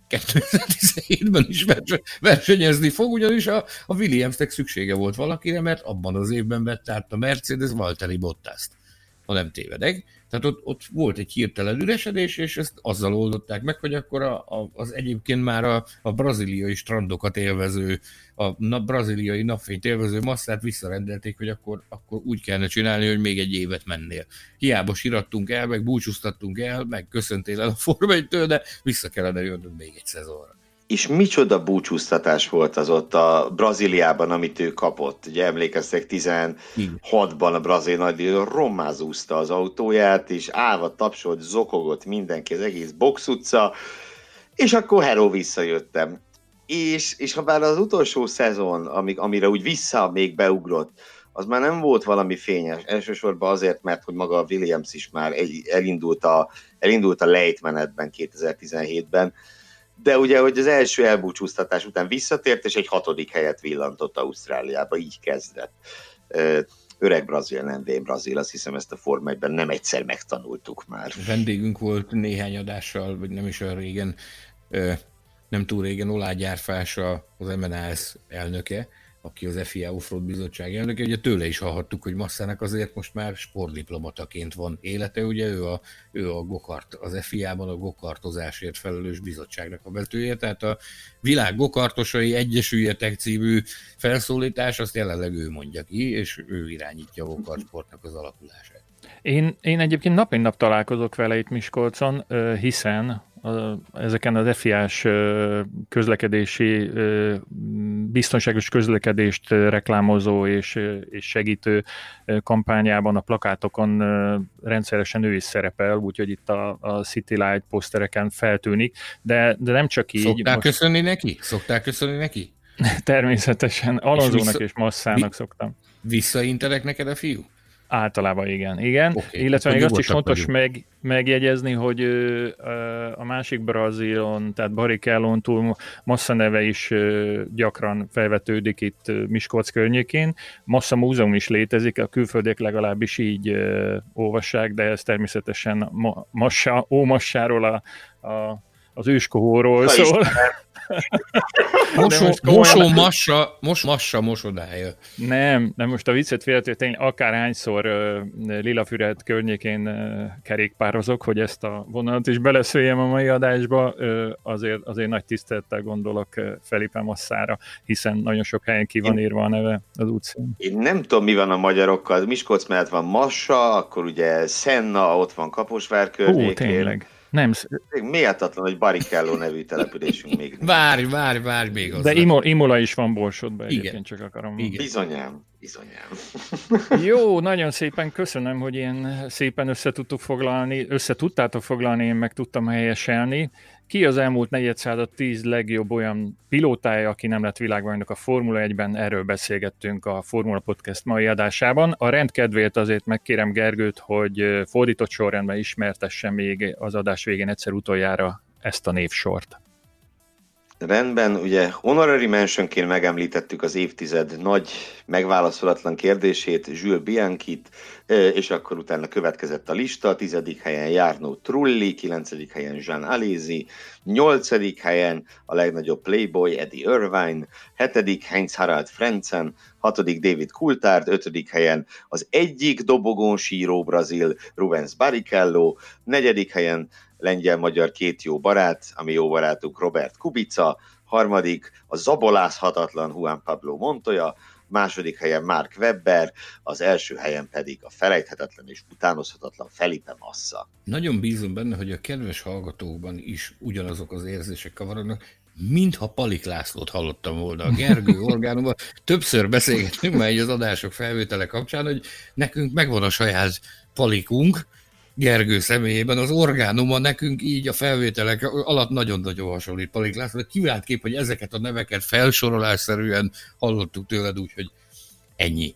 kétezer-tizenhétben is versenyezni fog, ugyanis a, a Williamsnek szüksége volt valakire, mert abban az évben vett át a Mercedes Valtteri Bottaszt, ha nem tévedek. Tehát ott, ott volt egy hirtelen üresedés, és ezt azzal oldották meg, hogy akkor a, a, az egyébként már a, a braziliai strandokat élvező, a na, braziliai napfényt élvező Massát visszarendelték, hogy akkor, akkor úgy kellene csinálni, hogy még egy évet mennél. Hiába sirattunk el, meg búcsúztattunk el, meg köszöntél el a Forma egytől, de vissza kellene jönnöd még egy szezonra. És micsoda búcsúztatás volt az ott a Brazíliában, amit ő kapott. Ugye emlékeztek, tizenhatban a brazil nagydíj rommázúzta az autóját, és állva tapsolt, zokogott mindenki, az egész box utca, és akkor hello, visszajöttem. És, és ha bár az utolsó szezon, amik, amire úgy vissza még beugrott, az már nem volt valami fényes. Elsősorban azért, mert hogy maga a Williams is már elindult a, elindult a lejtmenetben kétezer-tizenhétben, de ugye, hogy az első elbúcsúztatás után visszatért, és egy hatodik helyet villantott Ausztráliába, így kezdett. Öreg brazil, nem vén brazil, azt hiszem ezt a Forma egyben nem egyszer megtanultuk már. Vendégünk volt néhány adással, vagy nem is olyan régen, nem túl régen, Olágy Árfás, az em en á es elnöke, aki az ef i á Offroad Bizottság elnöke, ugye tőle is hallhattuk, hogy Massának azért most már sportdiplomataként van élete, ugye ő a, ő a gokart, az ef i á-ban a gokartozásért felelős bizottságnak a vezetője, tehát a Világ Gokartosai Egyesüljetek című felszólítás, azt jelenleg ő mondja ki, és ő irányítja a gokartsportnak az alakulását. Én, én egyébként nap mint nap találkozok vele itt Miskolcon, hiszen ezeken az ef i á-s közlekedési, biztonságos közlekedést reklámozó és, és segítő kampányában, a plakátokon rendszeresen ő is szerepel, úgyhogy itt a, a City Light posztereken feltűnik, de, de nem csak így. Szokták most... köszönni neki? Szokták köszönni neki? Természetesen. Alonzónak és, vissza... és Massának vi... szoktam. Visszainterek neked a fiú? Általában igen. igen. Okay, illetve még azt is fontos meg, megjegyezni, hogy ö, a másik brazilon, tehát Barrichello-n túl Massa neve is ö, gyakran felvetődik itt Miskolc környékén. Massa múzeum is létezik, a külföldiek legalábbis így ö, olvassák, de ez természetesen ma, Massa, ó Massáról a, a, az őskohóról szól. Mosó, mosó massa, mos, massa mosodája. Nem, nem most a viccet félretől tényleg akárhányszor uh, Lilafüred környékén uh, kerékpározok, hogy ezt a vonalat is beleszéljem a mai adásba, uh, azért, azért nagy tisztelettel gondolok uh, Felipe Massára, hiszen nagyon sok helyen ki van írva a neve az utcán. Én nem tudom, mi van a magyarokkal. Miskolc mellett van Massa, akkor ugye Senna, ott van Kaposvár környékén. Ó, tényleg. Nem. Méltatlan, hogy Barrichello nevű településünk még. Várj, várj, várj még hozzá. De Imo, Imola is van Borsodban, egyébként csak akarom. Igen. Bizonyám, bizonyám. Jó, nagyon szépen köszönöm, hogy ilyen szépen összetudtuk foglalni, összetudtátok foglalni, én meg tudtam helyeselni. Ki az elmúlt negyedszázad tíz legjobb olyan pilótája, aki nem lett világbajnok a Formula egyben? Erről beszélgettünk a Formula Podcast mai adásában. A rendkedvéért azért megkérem Gergőt, hogy fordított sorrendben ismertesse még az adás végén egyszer utoljára ezt a névsort. Rendben, ugye honorary mentionként megemlítettük az évtized nagy megválaszolatlan kérdését, Jules Bianchit, és akkor utána következett a lista, tizedik helyen Jarno Trulli, kilencedik helyen Jean Alesi, nyolcadik helyen a legnagyobb playboy Eddie Irvine, hetedik Heinz-Harald Frentzen, hatodik David Coulthard, ötödik helyen az egyik dobogón síró brazil Rubens Barrichello, negyedik helyen lengyel-magyar két jó barát, ami jó barátunk Robert Kubica, harmadik a zabolázhatatlan Juan Pablo Montoya, második helyen Mark Webber, az első helyen pedig a felejthetetlen és utánozhatatlan Felipe Massa. Nagyon bízom benne, hogy a kedves hallgatókban is ugyanazok az érzések kavarodnak, mintha Palik Lászlót hallottam volna a Gergő orgánumban. Többször beszélgettünk már egy az adások felvétele kapcsán, hogy nekünk megvan a saját Palikunk, Gergő személyében, az orgánuma nekünk így a felvételek alatt nagyon-nagyon hasonlít Palik László. Kivált kép, hogy ezeket a neveket felsorolásszerűen hallottuk tőled, úgyhogy ennyi.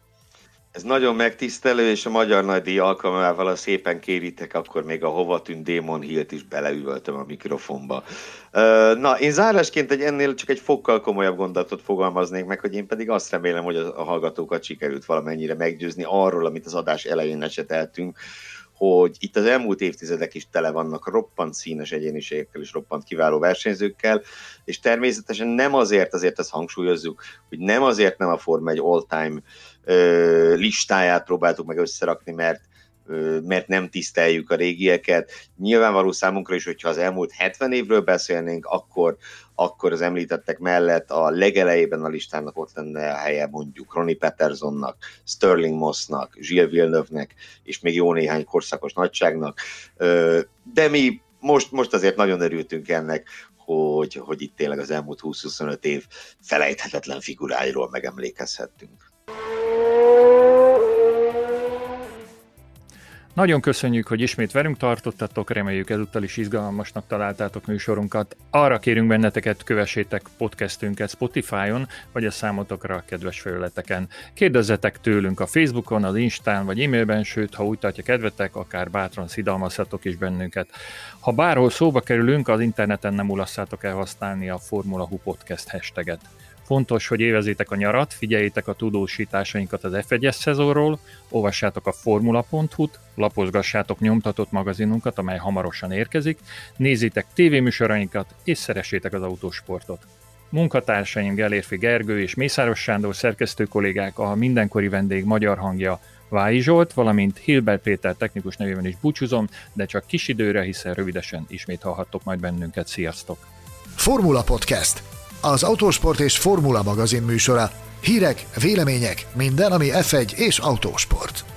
Ez nagyon megtisztelő, és a Magyar Nagydíj alkalmával, ha szépen kéritek, akkor még a hova tűnt Damon Hillt is beleüvöltöm a mikrofonba. Na, én zárásként egy ennél csak egy fokkal komolyabb gondolatot fogalmaznék meg, hogy én pedig azt remélem, hogy a hallgatókat sikerült valamennyire meggyőzni arról, amit az adás elején eseteltünk, hogy itt az elmúlt évtizedek is tele vannak roppant színes egyéniségekkel és roppant kiváló versenyzőkkel, és természetesen nem azért, azért ezt hangsúlyozzuk, hogy nem azért nem a Forma egy all-time ö, listáját próbáltuk meg összerakni, mert mert nem tiszteljük a régieket. Nyilvánvaló számunkra is, hogyha az elmúlt hetven évről beszélnénk, akkor, akkor az említettek mellett a legelejében a listának ott lenne a helye mondjuk Ronnie Petersonnak, Sterling Mossnak, Gilles Villeneuve-nek, és még jó néhány korszakos nagyságnak. De mi most, most azért nagyon örültünk ennek, hogy, hogy itt tényleg az elmúlt húsz-huszonöt év felejthetetlen figuráiról megemlékezhettünk. Nagyon köszönjük, hogy ismét velünk tartottatok, reméljük ezúttal is izgalmasnak találtátok műsorunkat. Arra kérünk benneteket, kövessétek podcastünket Spotify-on, vagy a számotokra a kedves felületeken. Kérdezzetek tőlünk a Facebookon, az Instán, vagy e-mailben, sőt, ha úgy tartja kedvetek, akár bátran szidalmazhatok is bennünket. Ha bárhol szóba kerülünk, az interneten nem mulasszátok el használni a Formula Hú Podcast hashtaget. Fontos, hogy élvezzétek a nyarat, figyeljétek a tudósításainkat az ef egyes szezonról, olvassátok a formula pont hu-t, lapozgassátok nyomtatott magazinunkat, amely hamarosan érkezik, nézzétek tévéműsorainkat és szeressétek az autósportot. Munkatársaim Gellérfi Gergő és Mészáros Sándor szerkesztő kollégák, a mindenkori vendég magyar hangja Vályi Zsolt, valamint Hilbert Péter technikus nevében is búcsúzom, de csak kis időre, hiszen rövidesen ismét hallhattok majd bennünket. Sziasztok! Formula Podcast, az autósport és formula magazin műsora. Hírek, vélemények, minden, ami ef egy és autósport.